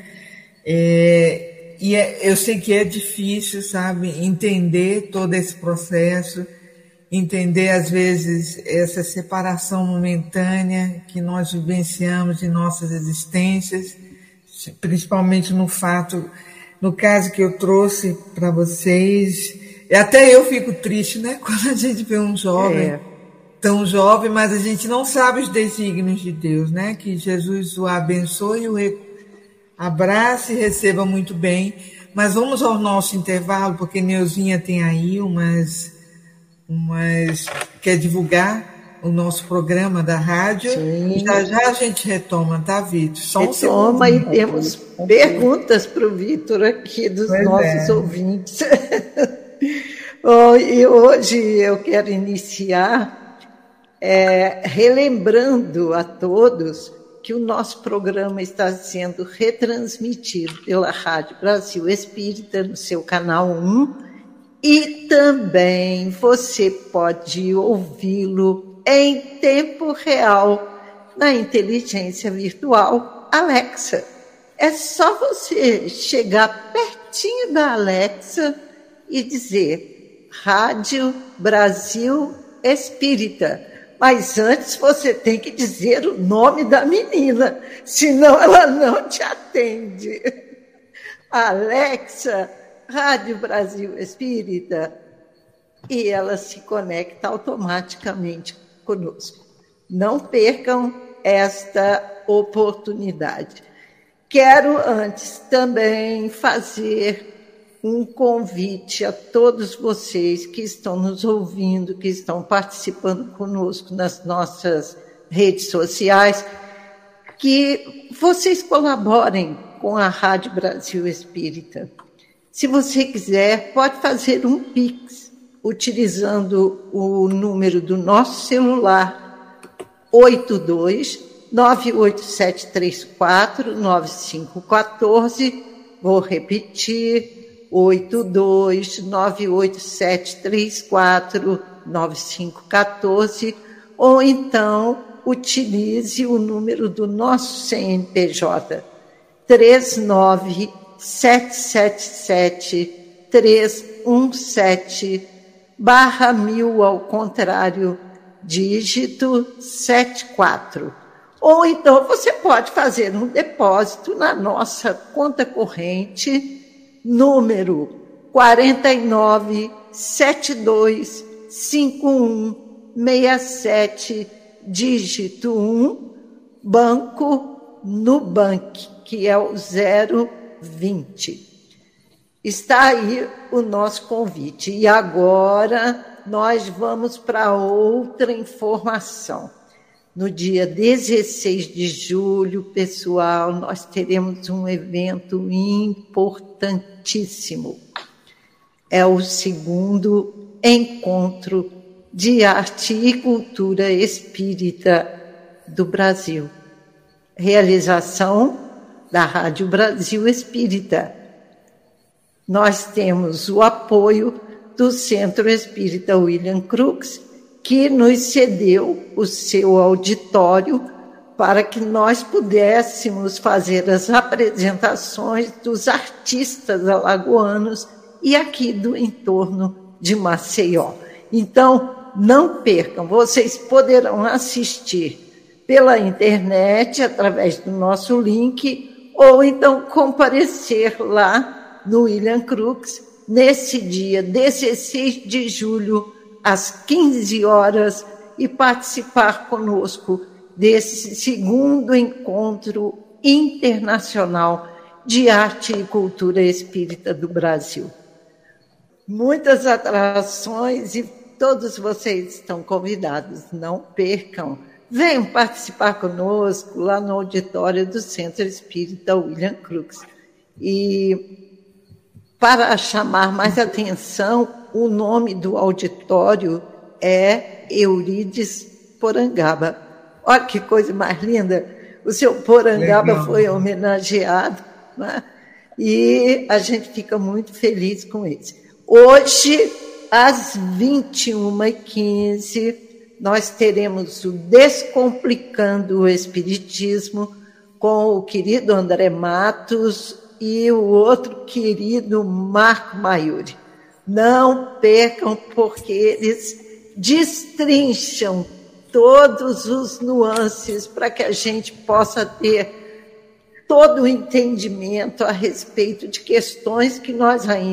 É, e é, eu sei que é difícil, sabe, entender todo esse processo, entender às vezes essa separação momentânea que nós vivenciamos em nossas existências, principalmente no fato, no caso que eu trouxe para vocês, E até eu fico triste, né? Quando a gente vê um jovem É. tão jovem, mas a gente não sabe os desígnios de Deus, né? Que Jesus o abençoe, o re- abrace e receba muito bem. Mas vamos ao nosso intervalo, porque Neuzinha tem aí umas, umas quer divulgar o nosso programa da rádio. Sim. Já já a gente retoma, tá, Vitor? Só um Retoma e segundo. temos perguntas para o Vitor aqui dos Pois nossos é. ouvintes. Oh, e hoje eu quero iniciar é, relembrando a todos que o nosso programa está sendo retransmitido pela Rádio Brasil Espírita no seu canal um e também você pode ouvi-lo em tempo real na inteligência virtual Alexa. É só você chegar pertinho da Alexa e dizer Rádio Brasil Espírita. Mas antes você tem que dizer o nome da menina, senão ela não te atende. Alexa, Rádio Brasil Espírita. E ela se conecta automaticamente conosco. Não percam esta oportunidade. Quero antes também fazer um convite a todos vocês que estão nos ouvindo, que estão participando conosco nas nossas redes sociais, que vocês colaborem com a Rádio Brasil Espírita. Se você quiser, pode fazer um Pix, utilizando o número do nosso celular, oito dois nove oito sete três quatro nove cinco um quatro. Vou repetir, oito dois nove oito sete três quatro nove cinco um quatro, ou então utilize o número do nosso C N P J, três nove sete sete sete três um sete, barra mil ao contrário, dígito setenta e quatro. Ou então você pode fazer um depósito na nossa conta corrente, número quatro nove sete dois cinco um seis sete, dígito um, Banco Nubank, que é o zero vinte. Está aí o nosso convite. E agora nós vamos para outra informação. No dia dezesseis de julho, pessoal, nós teremos um evento importantíssimo. É o segundo encontro de arte e cultura espírita do Brasil. Realização da Rádio Brasil Espírita. Nós temos o apoio do Centro Espírita William Crookes, que nos cedeu o seu auditório para que nós pudéssemos fazer as apresentações dos artistas alagoanos e aqui do entorno de Maceió. Então, não percam, vocês poderão assistir pela internet, através do nosso link, ou então comparecer lá no William Crookes, nesse dia dezesseis de julho, às quinze horas, e participar conosco desse segundo encontro internacional de arte e cultura espírita do Brasil. Muitas atrações e todos vocês estão convidados, não percam. Venham participar conosco lá no auditório do Centro Espírita William Crookes. E para chamar mais atenção, o nome do auditório é Eurídice Porangaba. Olha que coisa mais linda! O seu Porangaba Legal. Foi homenageado, né? E a gente fica muito feliz com isso. Hoje, às vinte e uma e quinze, nós teremos o Descomplicando o Espiritismo com o querido André Matos e o outro querido Marco Maiuri. Não percam, porque eles destrincham todos os nuances para que a gente possa ter todo o entendimento a respeito de questões que nós ainda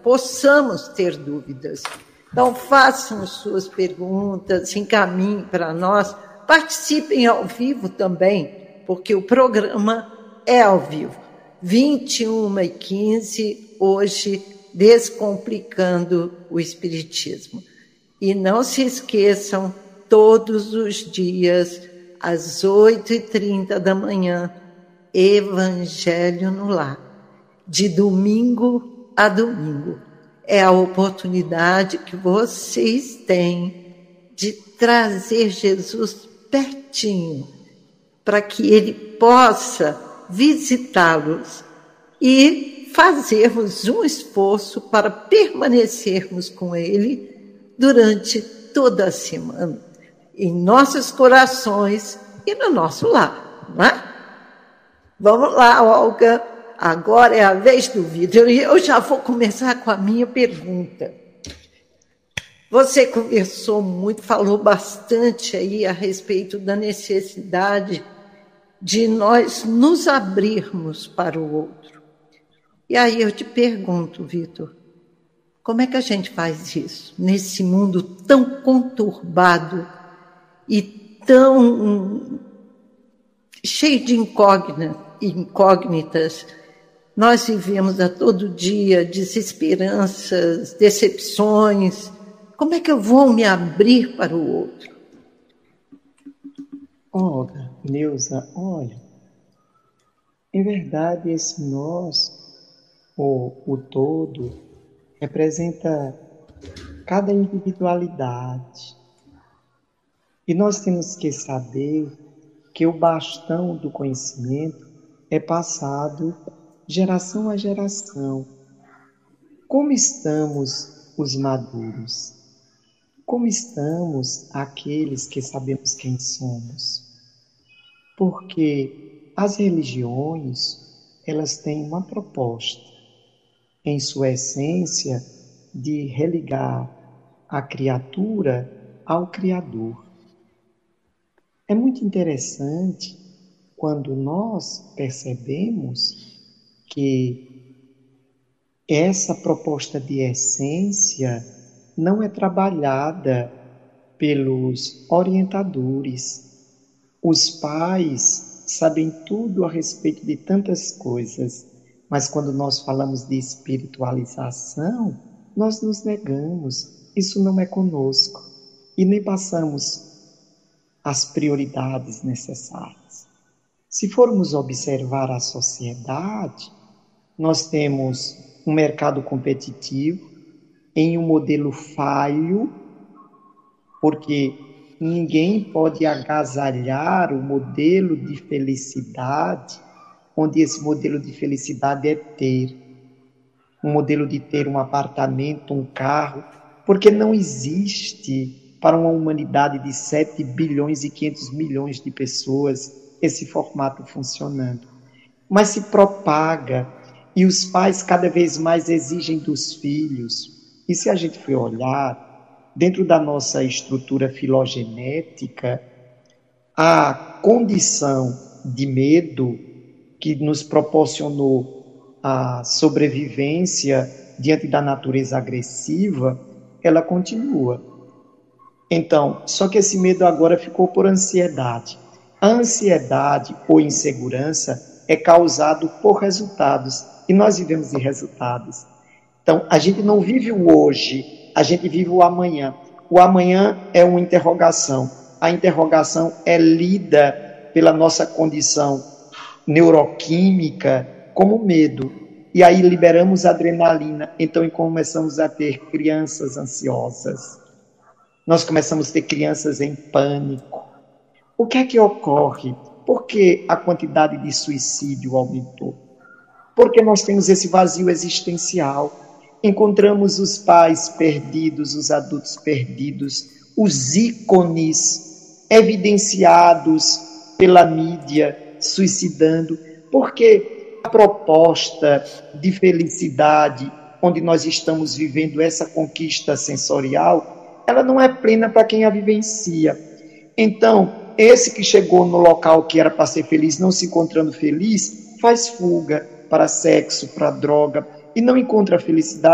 possamos ter dúvidas. Então, façam suas perguntas, encaminhem para nós, participem ao vivo também, porque o programa é ao vivo. vinte e uma e quinze, hoje, Descomplicando o Espiritismo. E não se esqueçam, todos os dias, às oito e trinta da manhã, Evangelho no Lar, de domingo a domingo. É a oportunidade que vocês têm de trazer Jesus pertinho, para que ele possa visitá-los e fazermos um esforço para permanecermos com ele durante toda a semana, em nossos corações e no nosso lar, não é? Vamos lá, Olga, agora é a vez do vídeo e eu já vou começar com a minha pergunta. Você conversou muito, falou bastante aí a respeito da necessidade de nós nos abrirmos para o outro. E aí eu te pergunto, Vitor, como é que a gente faz isso nesse mundo tão conturbado e tão cheio de incógnitas? incógnitas. Nós vivemos a todo dia desesperanças, decepções. Como é que eu vou me abrir para o outro? Olga, Neuza, olha, em verdade esse nós, o, o todo, representa cada individualidade. E nós temos que saber que o bastão do conhecimento é passado geração a geração. Como estamos os maduros? Como estamos aqueles que sabemos quem somos? Porque as religiões, elas têm uma proposta, em sua essência, de religar a criatura ao Criador. É muito interessante quando nós percebemos que essa proposta de essência não é trabalhada pelos orientadores. Os pais sabem tudo a respeito de tantas coisas, mas quando nós falamos de espiritualização, nós nos negamos. Isso não é conosco e nem passamos as prioridades necessárias. Se formos observar a sociedade, nós temos um mercado competitivo em um modelo falho, porque ninguém pode agasalhar o modelo de felicidade, onde esse modelo de felicidade é ter. Um modelo de ter um apartamento, um carro, porque não existe para uma humanidade de sete bilhões e quinhentos milhões de pessoas esse formato funcionando. Mas se propaga e os pais cada vez mais exigem dos filhos. E se a gente for olhar, dentro da nossa estrutura filogenética, a condição de medo que nos proporcionou a sobrevivência diante da natureza agressiva, ela continua. Então, só que esse medo agora ficou por ansiedade. A ansiedade ou insegurança é causado por resultados, e nós vivemos de resultados. Então, a gente não vive o hoje, a gente vive o amanhã. O amanhã é uma interrogação. A interrogação é lida pela nossa condição neuroquímica como medo. E aí liberamos adrenalina, então começamos a ter crianças ansiosas. Nós começamos a ter crianças em pânico. O que é que ocorre? Por que a quantidade de suicídio aumentou? Porque nós temos esse vazio existencial. Encontramos os pais perdidos, os adultos perdidos, os ícones evidenciados pela mídia, suicidando, porque a proposta de felicidade, onde nós estamos vivendo essa conquista sensorial, ela não é plena para quem a vivencia. Então, esse que chegou no local que era para ser feliz, não se encontrando feliz, faz fuga para sexo, para droga, e não encontra a felicidade,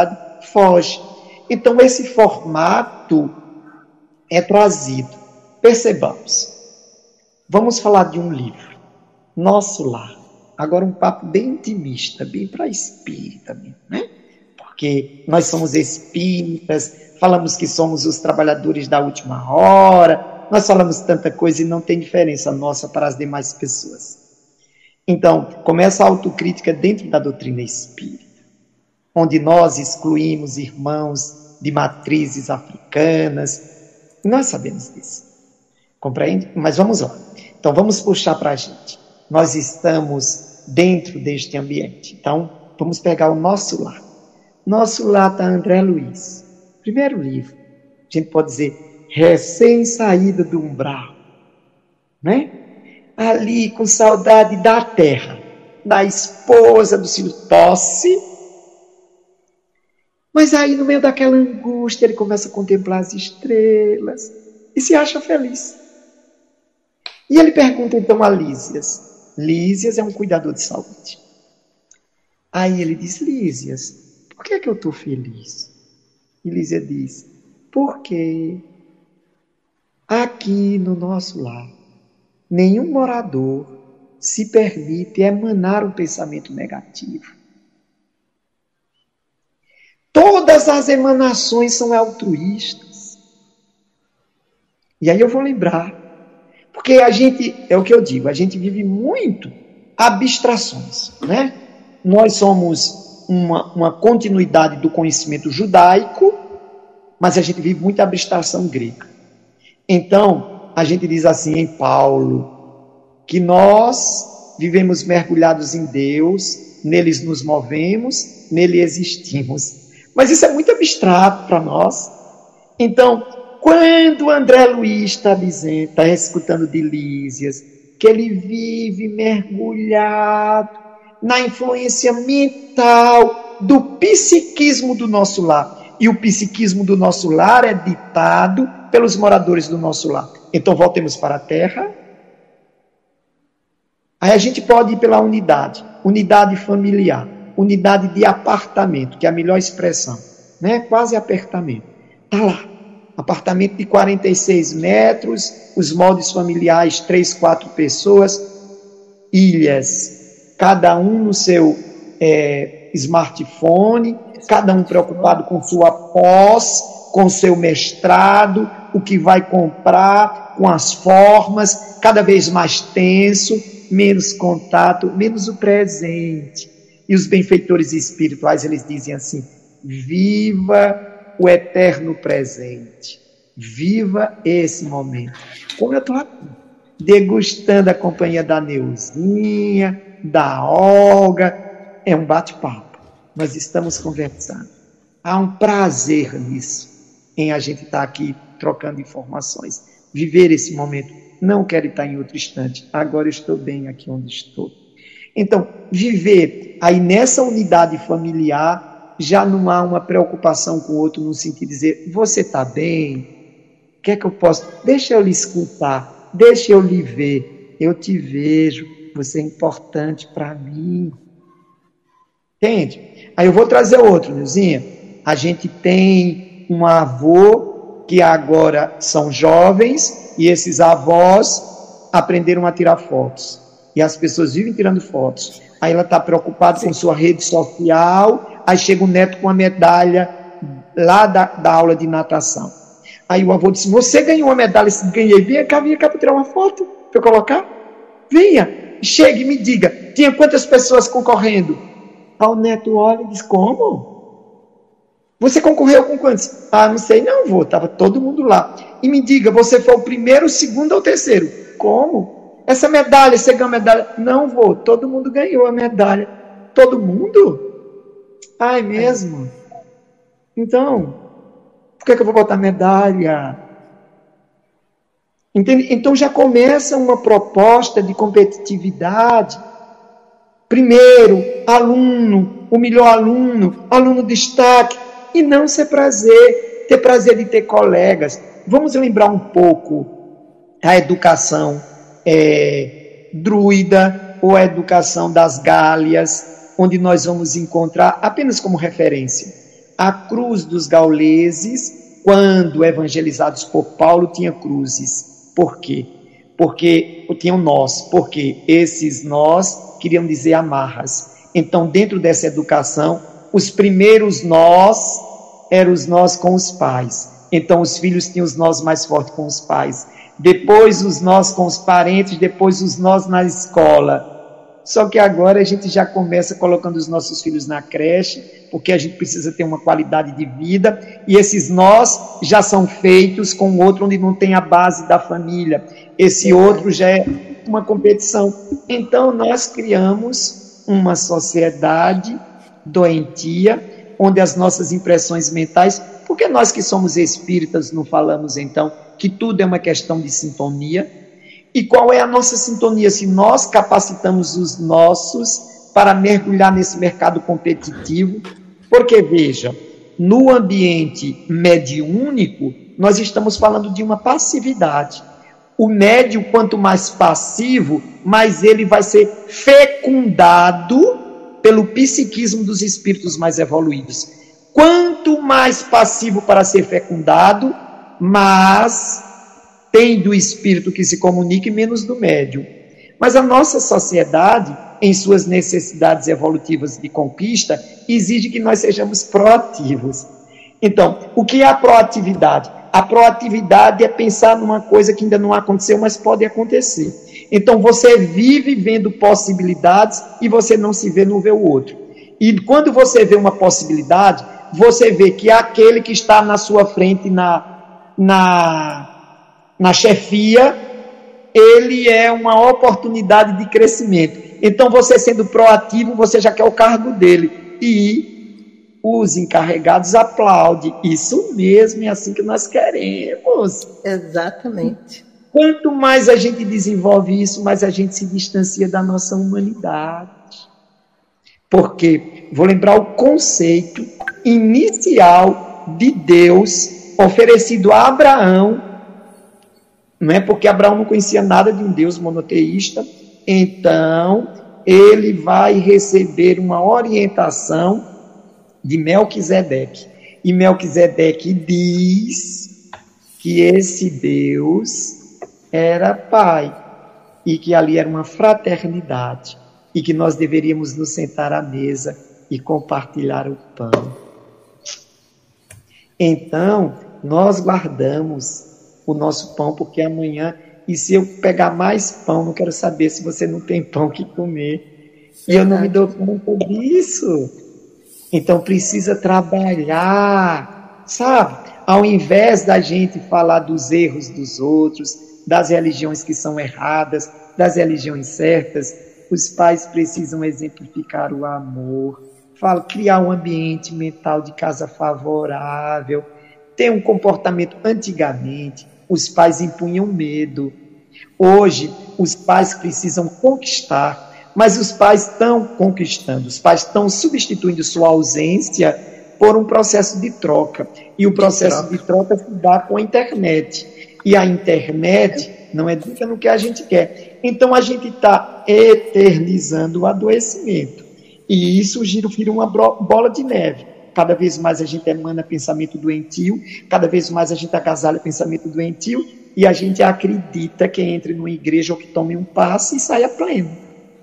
foge. Então, esse formato é trazido. Percebamos. Vamos falar de um livro, Nosso Lar. Agora um papo bem intimista, bem para espírita mesmo, né? Porque nós somos espíritas, falamos que somos os trabalhadores da última hora, nós falamos tanta coisa e não tem diferença nossa para as demais pessoas. Então, começa a autocrítica dentro da doutrina espírita, onde nós excluímos irmãos de matrizes africanas. Nós sabemos disso. Compreende? Mas vamos lá. Então, vamos puxar para a gente. Nós estamos dentro deste ambiente. Então, vamos pegar o Nosso Lar. Nosso Lar está André Luiz. Primeiro livro. A gente pode dizer, recém-saído do umbral. Né? Ali, com saudade da terra, da esposa, do filho tosse. Mas aí, no meio daquela angústia, ele começa a contemplar as estrelas e se acha feliz. E ele pergunta então a Lísias. Lísias é um cuidador de saúde. Aí ele diz, Lísias, por que é que eu estou feliz? E Lísias diz, porque aqui no nosso lar, nenhum morador se permite emanar um pensamento negativo. Todas as emanações são altruístas. E aí eu vou lembrar, porque a gente, é o que eu digo, a gente vive muito abstrações, né? Nós somos uma, uma continuidade do conhecimento judaico, mas a gente vive muita abstração grega. Então, a gente diz assim em Paulo, que nós vivemos mergulhados em Deus, neles nos movemos, nele existimos. Mas isso é muito abstrato para nós. Então, quando André Luiz está dizendo, está escutando de Lísias, que ele vive mergulhado na influência mental do psiquismo do nosso lar. E o psiquismo do nosso lar é ditado pelos moradores do nosso lar. Então, voltemos para a Terra. Aí a gente pode ir pela unidade. Unidade familiar. Unidade de apartamento, que é a melhor expressão, né? Quase apertamento. Está lá, apartamento de quarenta e seis metros, os moldes familiares, três, quatro pessoas, ilhas, cada um no seu é, smartphone, cada um preocupado com sua pós, com seu mestrado, o que vai comprar, com as formas, cada vez mais tenso, menos contato, menos o presente. E os benfeitores espirituais, eles dizem assim, viva o eterno presente, viva esse momento. Como eu estou aqui, degustando a companhia da Neuzinha, da Olga, é um bate-papo, nós estamos conversando. Há um prazer nisso, em a gente estar aqui trocando informações, viver esse momento. Não quero estar em outro instante, agora eu estou bem aqui onde estou. Então, viver aí nessa unidade familiar, já não há uma preocupação com o outro no sentido de dizer, você está bem? O que é que eu posso? Deixa eu lhe escutar, deixa eu lhe ver, eu te vejo, você é importante para mim. Entende? Aí eu vou trazer outro, Nilzinha. A gente tem um avô que agora são jovens e esses avós aprenderam a tirar fotos. E as pessoas vivem tirando fotos. Aí ela está preocupada Sim. com sua rede social. Aí chega o neto com a medalha lá da, da aula de natação. Aí o avô disse, você ganhou uma medalha? Eu ganhei, venha cá, venha cá para tirar uma foto, para eu colocar. Venha, chegue e me diga, tinha quantas pessoas concorrendo? Aí o neto olha e diz, como? Você concorreu com quantos? Ah, não sei, não, avô, estava todo mundo lá. E me diga, você foi o primeiro, o segundo ou o terceiro? Como? Essa medalha, você ganhou a medalha? Não vou, todo mundo ganhou a medalha. Todo mundo? Ah, é mesmo? Então, por que, que eu vou botar medalha? Entende? Então já começa uma proposta de competitividade. Primeiro, aluno, o melhor aluno, aluno destaque, e não ser prazer, ter prazer de ter colegas. Vamos lembrar um pouco a educação É, druida ou a educação das Gálias, onde nós vamos encontrar, apenas como referência, A cruz dos gauleses, quando evangelizados por Paulo, tinha cruzes. Por quê? Porque tinham nós, porque esses nós queriam dizer amarras. Então, dentro dessa educação, os primeiros nós eram os nós com os pais. Então, os filhos tinham os nós mais fortes com os pais. Depois, os nós com os parentes, depois, os nós na escola. Só que agora a gente já começa colocando os nossos filhos na creche, porque a gente precisa ter uma qualidade de vida, e esses nós já são feitos com outro onde não tem a base da família. Esse outro já é uma competição. Então, nós criamos uma sociedade doentia, onde as nossas impressões mentais, porque nós que somos espíritas não falamos então que tudo é uma questão de sintonia? E qual é a nossa sintonia? Se nós capacitamos os nossos para mergulhar nesse mercado competitivo, porque veja, no ambiente mediúnico, nós estamos falando de uma passividade. O médium, quanto mais passivo, mais ele vai ser fecundado pelo psiquismo dos espíritos mais evoluídos. Quanto mais passivo para ser fecundado, mais tem do espírito que se comunica e menos do médium. Mas a nossa sociedade, em suas necessidades evolutivas de conquista, exige que nós sejamos proativos. Então, o que é a proatividade? A proatividade é pensar numa coisa que ainda não aconteceu, mas pode acontecer. Então, você vive vendo possibilidades e você não se vê, não vê o outro. E quando você vê uma possibilidade, você vê que aquele que está na sua frente, na, na, na chefia, ele é uma oportunidade de crescimento. Então, você sendo proativo, você já quer o cargo dele. E os encarregados aplaudem. Isso mesmo, é assim que nós queremos. Exatamente. Quanto mais a gente desenvolve isso, mais a gente se distancia da nossa humanidade. Porque, vou lembrar o conceito inicial de Deus oferecido a Abraão, não é? Porque Abraão não conhecia nada de um Deus monoteísta, então ele vai receber uma orientação de Melquisedeque. E Melquisedeque diz que esse Deus era pai, e que ali era uma fraternidade, e que nós deveríamos nos sentar à mesa e compartilhar o pão. Então, nós guardamos o nosso pão, porque amanhã, e se eu pegar mais pão, não quero saber se você não tem pão que comer, e eu não me dou conta disso. Então, precisa trabalhar, sabe? Ao invés da gente falar dos erros dos outros, das religiões que são erradas, das religiões certas, os pais precisam exemplificar o amor, criar um ambiente mental de casa favorável, ter um comportamento. Antigamente, os pais impunham medo. Hoje, os pais precisam conquistar, mas os pais estão conquistando, os pais estão substituindo sua ausência por um processo de troca. E o processo de troca se dá com a internet. E a internet não é dita no que a gente quer. Então, a gente está eternizando o adoecimento. E isso gira, vira uma bola de neve. Cada vez mais a gente emana pensamento doentio, cada vez mais a gente agasalha pensamento doentio, e a gente acredita que entre numa igreja ou que tome um passe e saia pleno.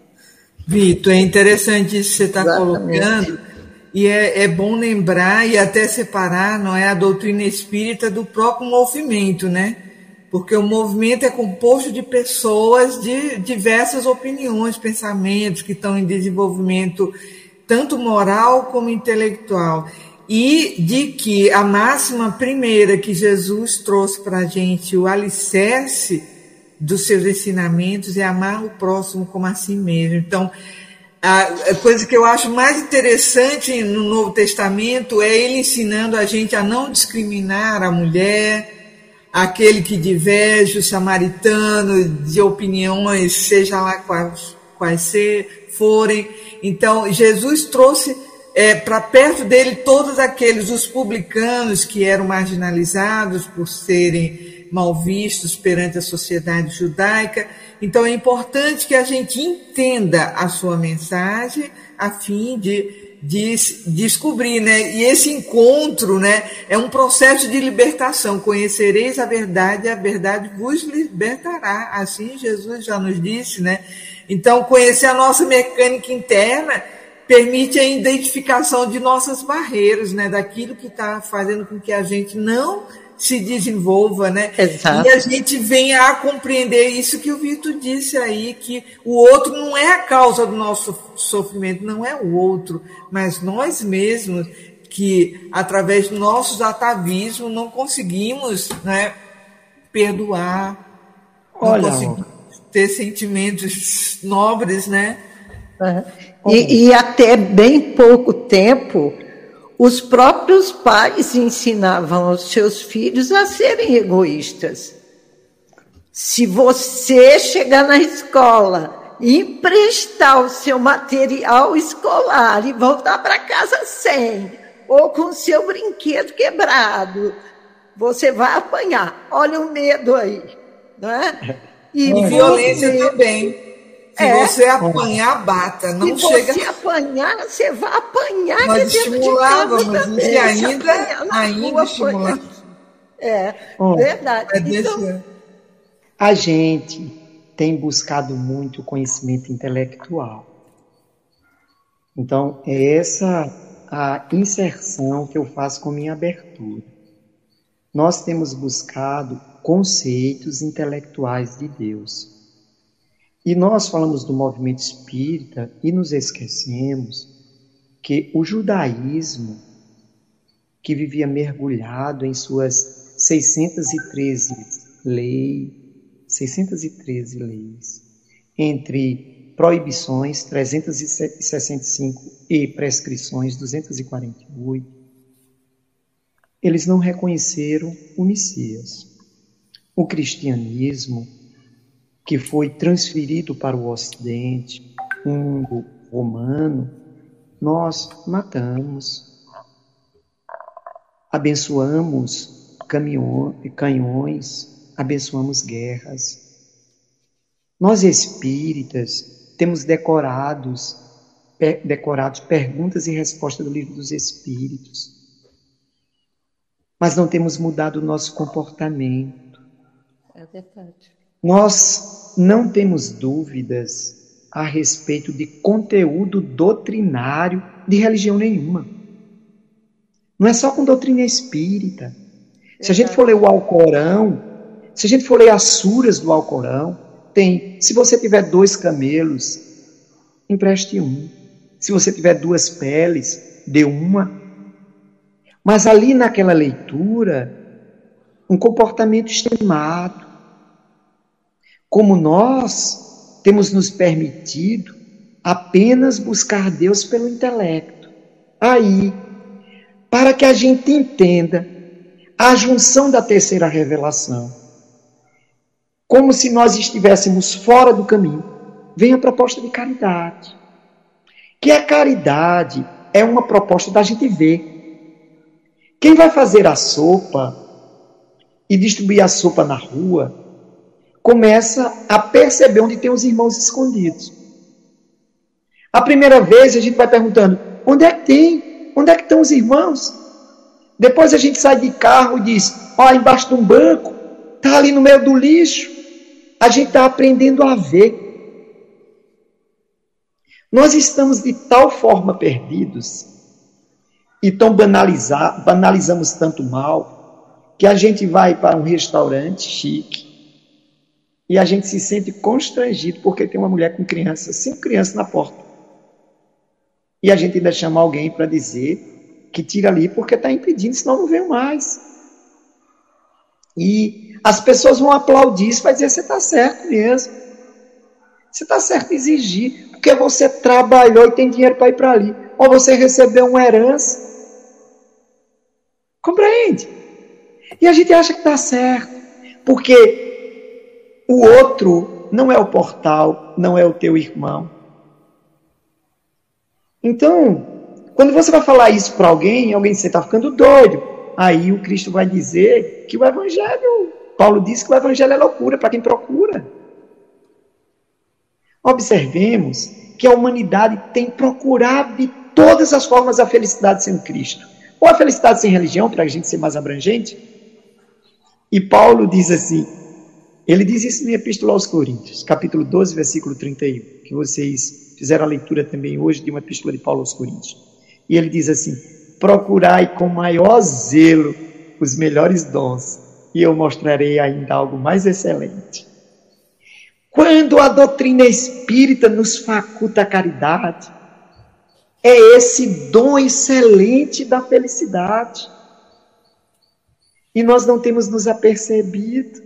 Vitor, é interessante isso que você está colocando, e é, é bom lembrar e até separar, não é, a doutrina espírita do próprio movimento, né? Porque o movimento é composto de pessoas de diversas opiniões, pensamentos que estão em desenvolvimento tanto moral como intelectual. E de que a máxima primeira que Jesus trouxe para a gente, o alicerce dos seus ensinamentos, é amar o próximo como a si mesmo. Então, a coisa que eu acho mais interessante no Novo Testamento é ele ensinando a gente a não discriminar a mulher, aquele que diverge, o samaritano, de opiniões, seja lá quais, quais forem. Então, Jesus trouxe é, para perto dele todos aqueles, os publicanos que eram marginalizados por serem mal vistos perante a sociedade judaica. Então, é importante que a gente entenda a sua mensagem a fim de de descobrir, né? E esse encontro, né, é um processo de libertação. Conhecereis a verdade, e a verdade vos libertará. Assim Jesus já nos disse, né? Então, conhecer a nossa mecânica interna permite a identificação de nossas barreiras, né? Daquilo que está fazendo com que a gente não se desenvolva, né? Exato. E a gente venha a compreender isso que o Vitor disse aí, que o outro não é a causa do nosso sofrimento, não é o outro, mas nós mesmos, que através dos nossos atavismos não conseguimos, né, perdoar, Olha, não conseguimos ter sentimentos nobres, né? Uhum. E, e até bem pouco tempo, os próprios pais ensinavam aos seus filhos a serem egoístas. Se você chegar na escola, emprestar o seu material escolar e voltar para casa sem, ou com o seu brinquedo quebrado, você vai apanhar. Olha o medo aí, não é? E, e violência medo, também. Se é, você apanhar, bata. Não se chega... você apanhar, você vai apanhar. Nós estimulávamos e ainda, ainda estimulamos. É, oh, verdade. É então, a gente tem buscado muito conhecimento intelectual. Então, é essa a inserção que eu faço com minha abertura. Nós temos buscado conceitos intelectuais de Deus. E nós falamos do movimento espírita e nos esquecemos que o judaísmo, que vivia mergulhado em suas seiscentas e treze leis, seiscentas e treze leis, entre proibições, trezentas e sessenta e cinco, e prescrições, duzentas e quarenta e oito, eles não reconheceram o Messias. O cristianismo, que foi transferido para o Ocidente, um mundo romano, nós matamos, abençoamos caminhões, canhões, abençoamos guerras. Nós espíritas temos decorados, per, decorados perguntas e respostas do Livro dos Espíritos, mas não temos mudado o nosso comportamento. É verdade. Nós não temos dúvidas a respeito de conteúdo doutrinário de religião nenhuma. Não é só com doutrina espírita. Se a gente for ler o Alcorão, se a gente for ler as suras do Alcorão, tem, se você tiver dois camelos, empreste um. Se você tiver duas peles, dê uma. Mas ali naquela leitura, um comportamento extremado. Como nós temos nos permitido apenas buscar Deus pelo intelecto. Aí, para que a gente entenda a junção da terceira revelação, como se nós estivéssemos fora do caminho, vem a proposta de caridade. Que a caridade é uma proposta da gente ver. Quem vai fazer a sopa e distribuir a sopa na rua, começa a perceber onde tem os irmãos escondidos. A primeira vez a gente vai perguntando, onde é que tem? Onde é que estão os irmãos? Depois a gente sai de carro e diz, ó, embaixo de um banco, está ali no meio do lixo. A gente está aprendendo a ver. Nós estamos de tal forma perdidos e tão banalizar, banalizamos tanto mal que a gente vai para um restaurante chique e a gente se sente constrangido porque tem uma mulher com criança, cinco crianças na porta. E a gente ainda chama alguém para dizer que tira ali porque está impedindo, senão não vem mais. E as pessoas vão aplaudir isso, vai dizer, você está certo mesmo. Você está certo em exigir, porque você trabalhou e tem dinheiro para ir para ali. Ou você recebeu uma herança. Compreende? E a gente acha que está certo, porque o outro não é o portal, não é o teu irmão. Então, quando você vai falar isso para alguém, alguém diz, você está ficando doido. Aí o Cristo vai dizer que o Evangelho, Paulo disse que o Evangelho é loucura para quem procura. Observemos que a humanidade tem procurado de todas as formas da felicidade sem Cristo. Ou a felicidade sem religião, para a gente ser mais abrangente. E Paulo diz assim, ele diz isso na Epístola aos Coríntios, capítulo doze, versículo trinta e um, que vocês fizeram a leitura também hoje de uma Epístola de Paulo aos Coríntios. E ele diz assim, procurai com maior zelo os melhores dons, e eu mostrarei ainda algo mais excelente. Quando a doutrina espírita nos faculta a caridade, é esse dom excelente da felicidade. E nós não temos nos apercebido.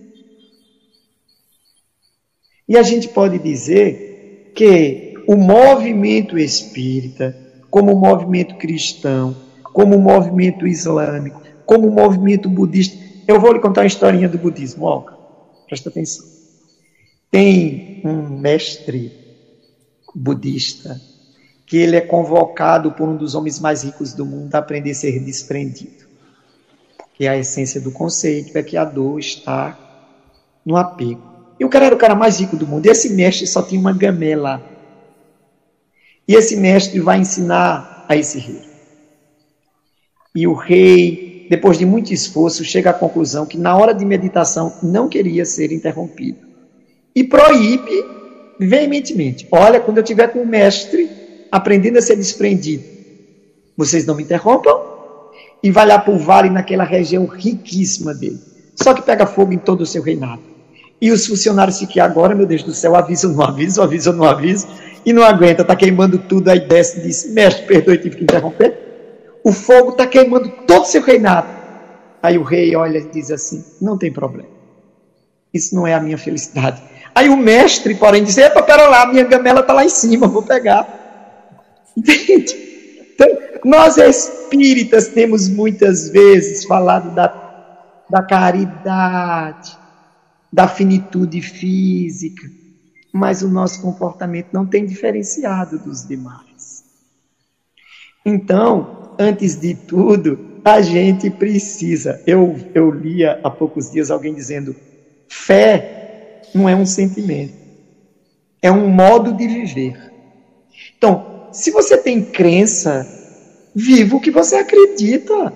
E a gente pode dizer que o movimento espírita, como o movimento cristão, como o movimento islâmico, como o movimento budista. Eu vou lhe contar uma historinha do budismo, ó, presta atenção. Tem um mestre budista que ele é convocado por um dos homens mais ricos do mundo a aprender a ser desprendido. Porque a essência do conceito é que a dor está no apego. E o cara era o cara mais rico do mundo. E esse mestre só tinha uma gamela. E esse mestre vai ensinar a esse rei. E o rei, depois de muito esforço, chega à conclusão que na hora de meditação não queria ser interrompido. E proíbe veementemente. Olha, quando eu estiver com o mestre aprendendo a ser desprendido, vocês não me interrompam. E vai lá para o vale, naquela região riquíssima dele. Só que pega fogo em todo o seu reinado. E os funcionários ficam agora, meu Deus do céu, aviso ou não aviso, aviso ou não aviso. E não aguenta, está queimando tudo. Aí desce e diz, mestre, perdoe, tive que interromper. O fogo está queimando todo o seu reinado. Aí o rei olha e diz assim, não tem problema. Isso não é a minha felicidade. Aí o mestre, porém, diz, epa, pera lá, minha gamela está lá em cima, vou pegar. Entende? Então, nós espíritas temos muitas vezes falado da, da caridade, da finitude física, mas o nosso comportamento não tem diferenciado dos demais. Então, antes de tudo, a gente precisa. Eu, eu lia há poucos dias alguém dizendo, fé não é um sentimento, é um modo de viver. Então, se você tem crença, viva o que você acredita.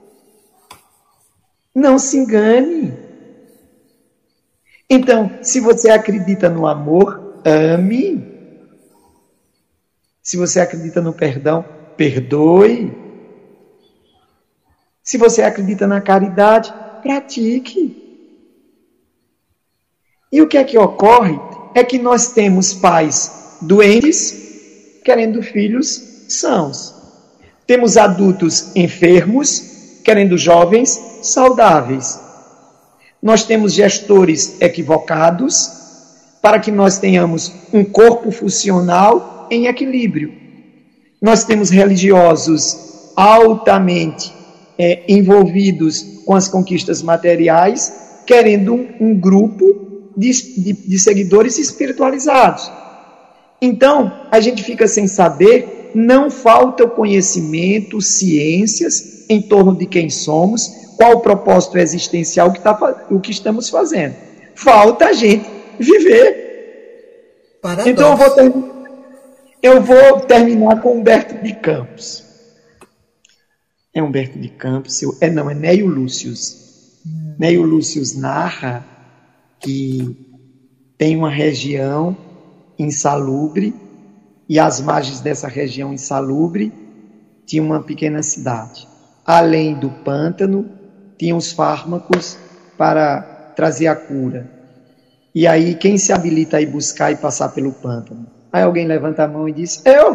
Não se engane. Então, se você acredita no amor, ame. Se você acredita no perdão, perdoe. Se você acredita na caridade, pratique. E o que é que ocorre? É que nós temos pais doentes querendo filhos sãos. Temos adultos enfermos querendo jovens saudáveis. Nós temos gestores equivocados para que nós tenhamos um corpo funcional em equilíbrio. Nós temos religiosos altamente é, envolvidos com as conquistas materiais, querendo um, um grupo de, de, de seguidores espiritualizados. Então, a gente fica sem saber, não falta o conhecimento, ciências em torno de quem somos, qual o propósito existencial que tá, o que estamos fazendo. Falta a gente viver. Paradoxo. Então, eu vou, ter, eu vou terminar com Humberto de Campos. É Humberto de Campos, é, não, é Neio Lúcius. Hum. Neio Lúcius narra que tem uma região insalubre, e às margens dessa região insalubre tinha uma pequena cidade. Além do pântano, tinha os fármacos para trazer a cura. E aí, quem se habilita a ir buscar e passar pelo pântano? Aí alguém levanta a mão e diz, eu!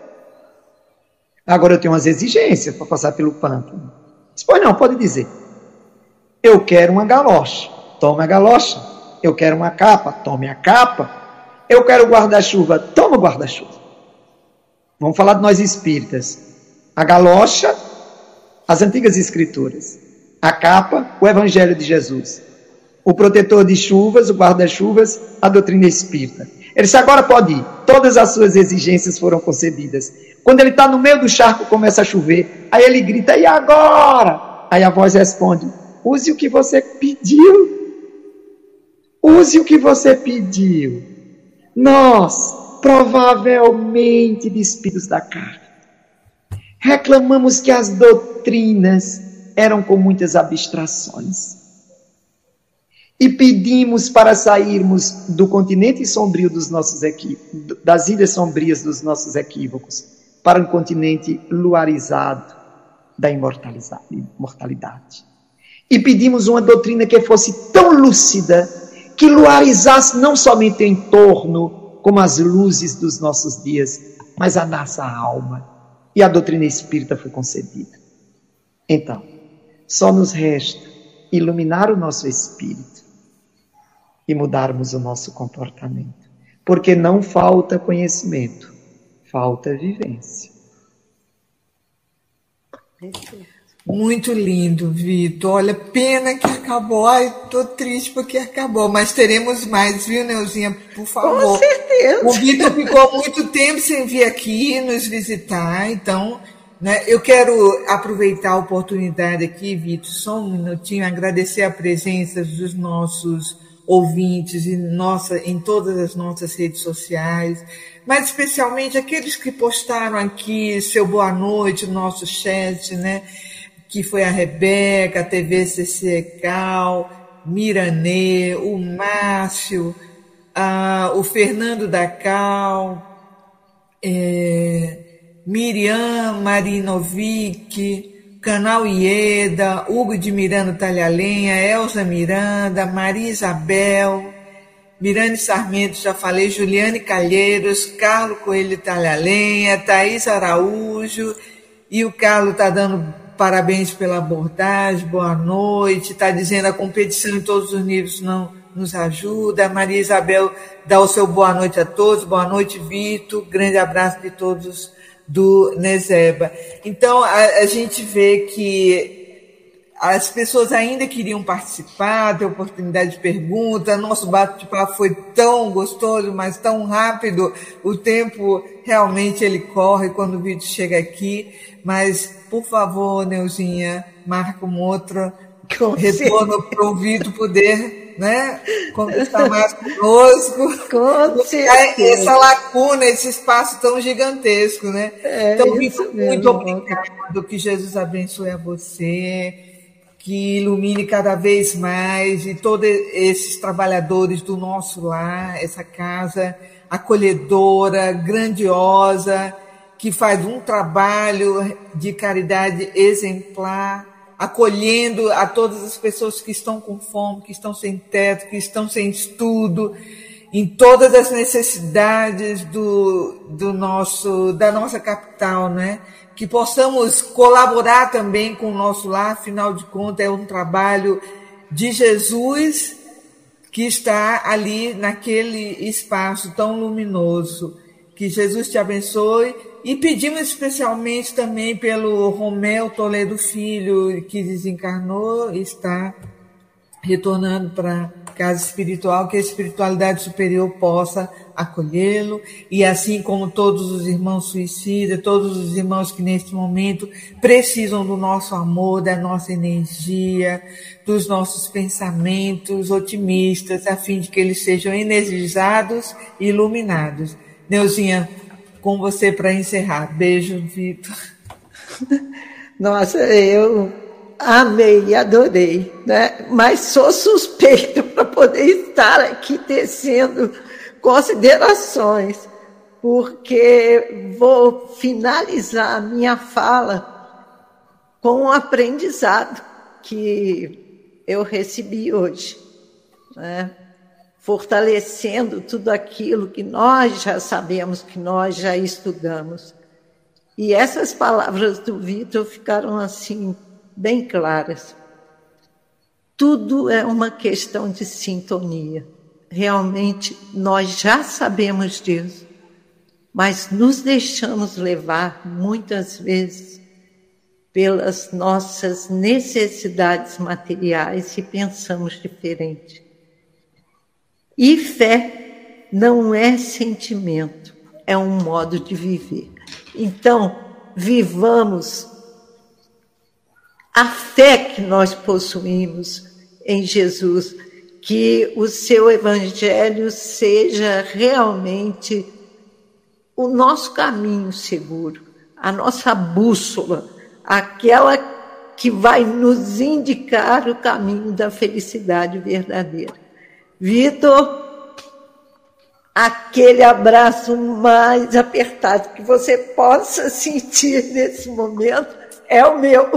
Agora eu tenho umas exigências para passar pelo pântano. Diz, pois não, pode dizer. Eu quero uma galocha, tome a galocha. Eu quero uma capa, tome a capa. Eu quero guarda-chuva, toma o guarda-chuva. Vamos falar de nós espíritas. A galocha, as antigas escrituras. A capa, o Evangelho de Jesus. O protetor de chuvas, o guarda-chuvas, a doutrina espírita. Ele disse, agora pode ir. Todas as suas exigências foram concedidas. Quando ele está no meio do charco, começa a chover. Aí ele grita, e agora? Aí a voz responde, use o que você pediu. Use o que você pediu. Nós, provavelmente despidos da carne, Reclamamos que as doutrinas eram com muitas abstrações. E pedimos para sairmos do continente sombrio dos nossos equívocos, das ilhas sombrias dos nossos equívocos, para um continente luarizado da imortalidade. E pedimos uma doutrina que fosse tão lúcida, que luarizasse não somente o entorno, como as luzes dos nossos dias, mas a nossa alma. E a doutrina espírita foi concedida. Então, só nos resta iluminar o nosso espírito e mudarmos o nosso comportamento. Porque não falta conhecimento, falta vivência. Muito lindo, Vitor. Olha, pena que acabou. Ai, tô triste porque acabou. Mas teremos mais, viu, Neuzinha? Por favor. Com certeza. O Vitor ficou muito tempo sem vir aqui nos visitar. Então, né, eu quero aproveitar a oportunidade aqui, Vitor, só um minutinho, agradecer a presença dos nossos ouvintes em, nossa, em todas as nossas redes sociais, mas especialmente aqueles que postaram aqui seu boa noite no nosso chat, né? Que foi a Rebeca, a T V C C Cal, Miranê, o Márcio, a, o Fernando da Cal, é, Miriam Marinovic, Canal Ieda, Hugo de Miranda Talhalenha, Elza Miranda, Maria Isabel, Mirane Sarmento, já falei, Juliane Calheiros, Carlos Coelho Talhalenha, Thaís Araújo, e o Carlos está dando parabéns pela abordagem, boa noite, está dizendo a competição em todos os níveis não nos ajuda. A Maria Isabel dá o seu boa noite a todos, boa noite, Vitor, grande abraço de todos do Nezeba. Então, a, a gente vê que as pessoas ainda queriam participar, ter oportunidade de pergunta, nosso bate-papo foi tão gostoso, mas tão rápido, o tempo realmente ele corre quando o Vitor chega aqui, mas, por favor, Neuzinha, marca um outro Com retorno para o Vitor poder, né, conversar mais conosco. Com essa lacuna, esse espaço tão gigantesco, né? É, então, Vitor, muito obrigado, que Jesus abençoe a você, que ilumine cada vez mais, e todos esses trabalhadores do nosso lar, essa casa acolhedora, grandiosa, que faz um trabalho de caridade exemplar, acolhendo a todas as pessoas que estão com fome, que estão sem teto, que estão sem estudo, em todas as necessidades do, do nosso, da nossa capital, né? Que possamos colaborar também com o nosso lar, afinal de contas é um trabalho de Jesus que está ali naquele espaço tão luminoso. Que Jesus te abençoe. E pedimos especialmente também pelo Romeu Toledo Filho, que desencarnou e está retornando para a casa espiritual, que a espiritualidade superior possa acolhê-lo, e assim como todos os irmãos suicidas, todos os irmãos que neste momento precisam do nosso amor, da nossa energia, dos nossos pensamentos otimistas, a fim de que eles sejam energizados e iluminados. Neuzinha, com você para encerrar. Beijo, Vitor. Nossa, eu amei, adorei, né? Mas sou suspeita para poder estar aqui tecendo considerações, porque vou finalizar a minha fala com um aprendizado que eu recebi hoje, né? Fortalecendo tudo aquilo que nós já sabemos, que nós já estudamos. E essas palavras do Vitor ficaram assim, bem claras. Tudo é uma questão de sintonia. Realmente, nós já sabemos disso, mas nos deixamos levar, muitas vezes, pelas nossas necessidades materiais e pensamos diferente. E fé não é sentimento, é um modo de viver. Então, vivamos a fé que nós possuímos em Jesus, que o seu evangelho seja realmente o nosso caminho seguro, a nossa bússola, aquela que vai nos indicar o caminho da felicidade verdadeira. Vitor, aquele abraço mais apertado que você possa sentir nesse momento é o meu.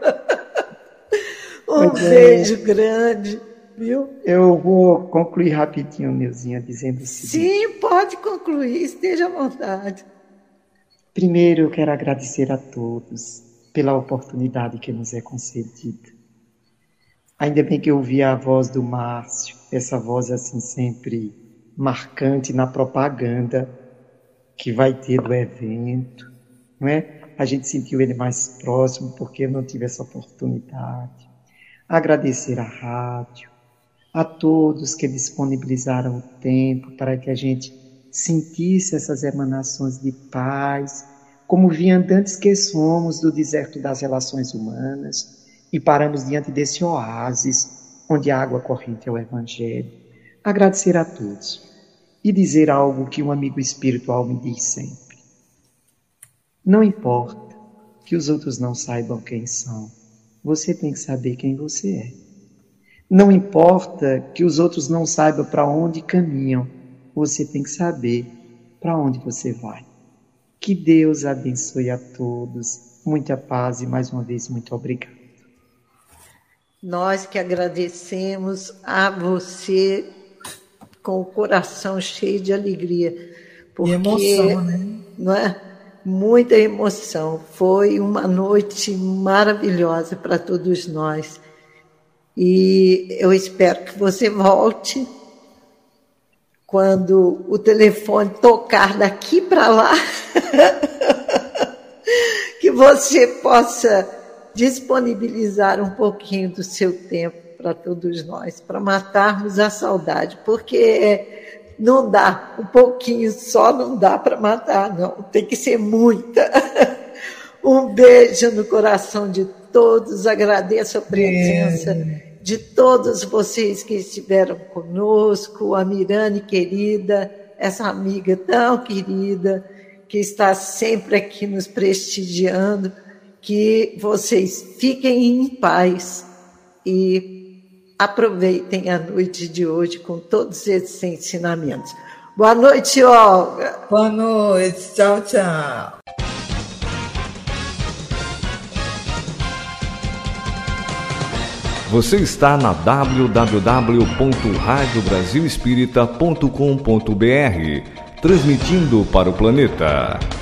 Um pois beijo é. grande, viu? Eu vou concluir rapidinho, Neuzinha, dizendo o seguinte. Sim, pode concluir, esteja à vontade. Primeiro, eu quero agradecer a todos pela oportunidade que nos é concedida. Ainda bem que eu ouvi a voz do Márcio, essa voz assim sempre marcante na propaganda que vai ter do evento, não é? A gente sentiu ele mais próximo porque eu não tive essa oportunidade. Agradecer à rádio, a todos que disponibilizaram o tempo para que a gente sentisse essas emanações de paz, como viandantes que somos do deserto das relações humanas, e paramos diante desse oásis, onde a água corrente é o Evangelho. Agradecer a todos e dizer algo que um amigo espiritual me diz sempre. Não importa que os outros não saibam quem são, você tem que saber quem você é. Não importa que os outros não saibam para onde caminham, você tem que saber para onde você vai. Que Deus abençoe a todos, muita paz e mais uma vez muito obrigado. Nós que agradecemos a você com o coração cheio de alegria. Porque, e emoção, né? Não é? Muita emoção. Foi uma noite maravilhosa para todos nós. E eu espero que você volte quando o telefone tocar daqui para lá, que você possa disponibilizar um pouquinho do seu tempo para todos nós, para matarmos a saudade, porque não dá, um pouquinho só não dá para matar, não, tem que ser muita. Um beijo no coração de todos, agradeço a presença é. de todos vocês que estiveram conosco, a Mirane querida, essa amiga tão querida, que está sempre aqui nos prestigiando, que vocês fiquem em paz e aproveitem a noite de hoje com todos esses ensinamentos. Boa noite, Olga. Boa noite, tchau, tchau. Você está na w w w ponto rádio brasil espírita ponto com ponto b r, transmitindo para o planeta.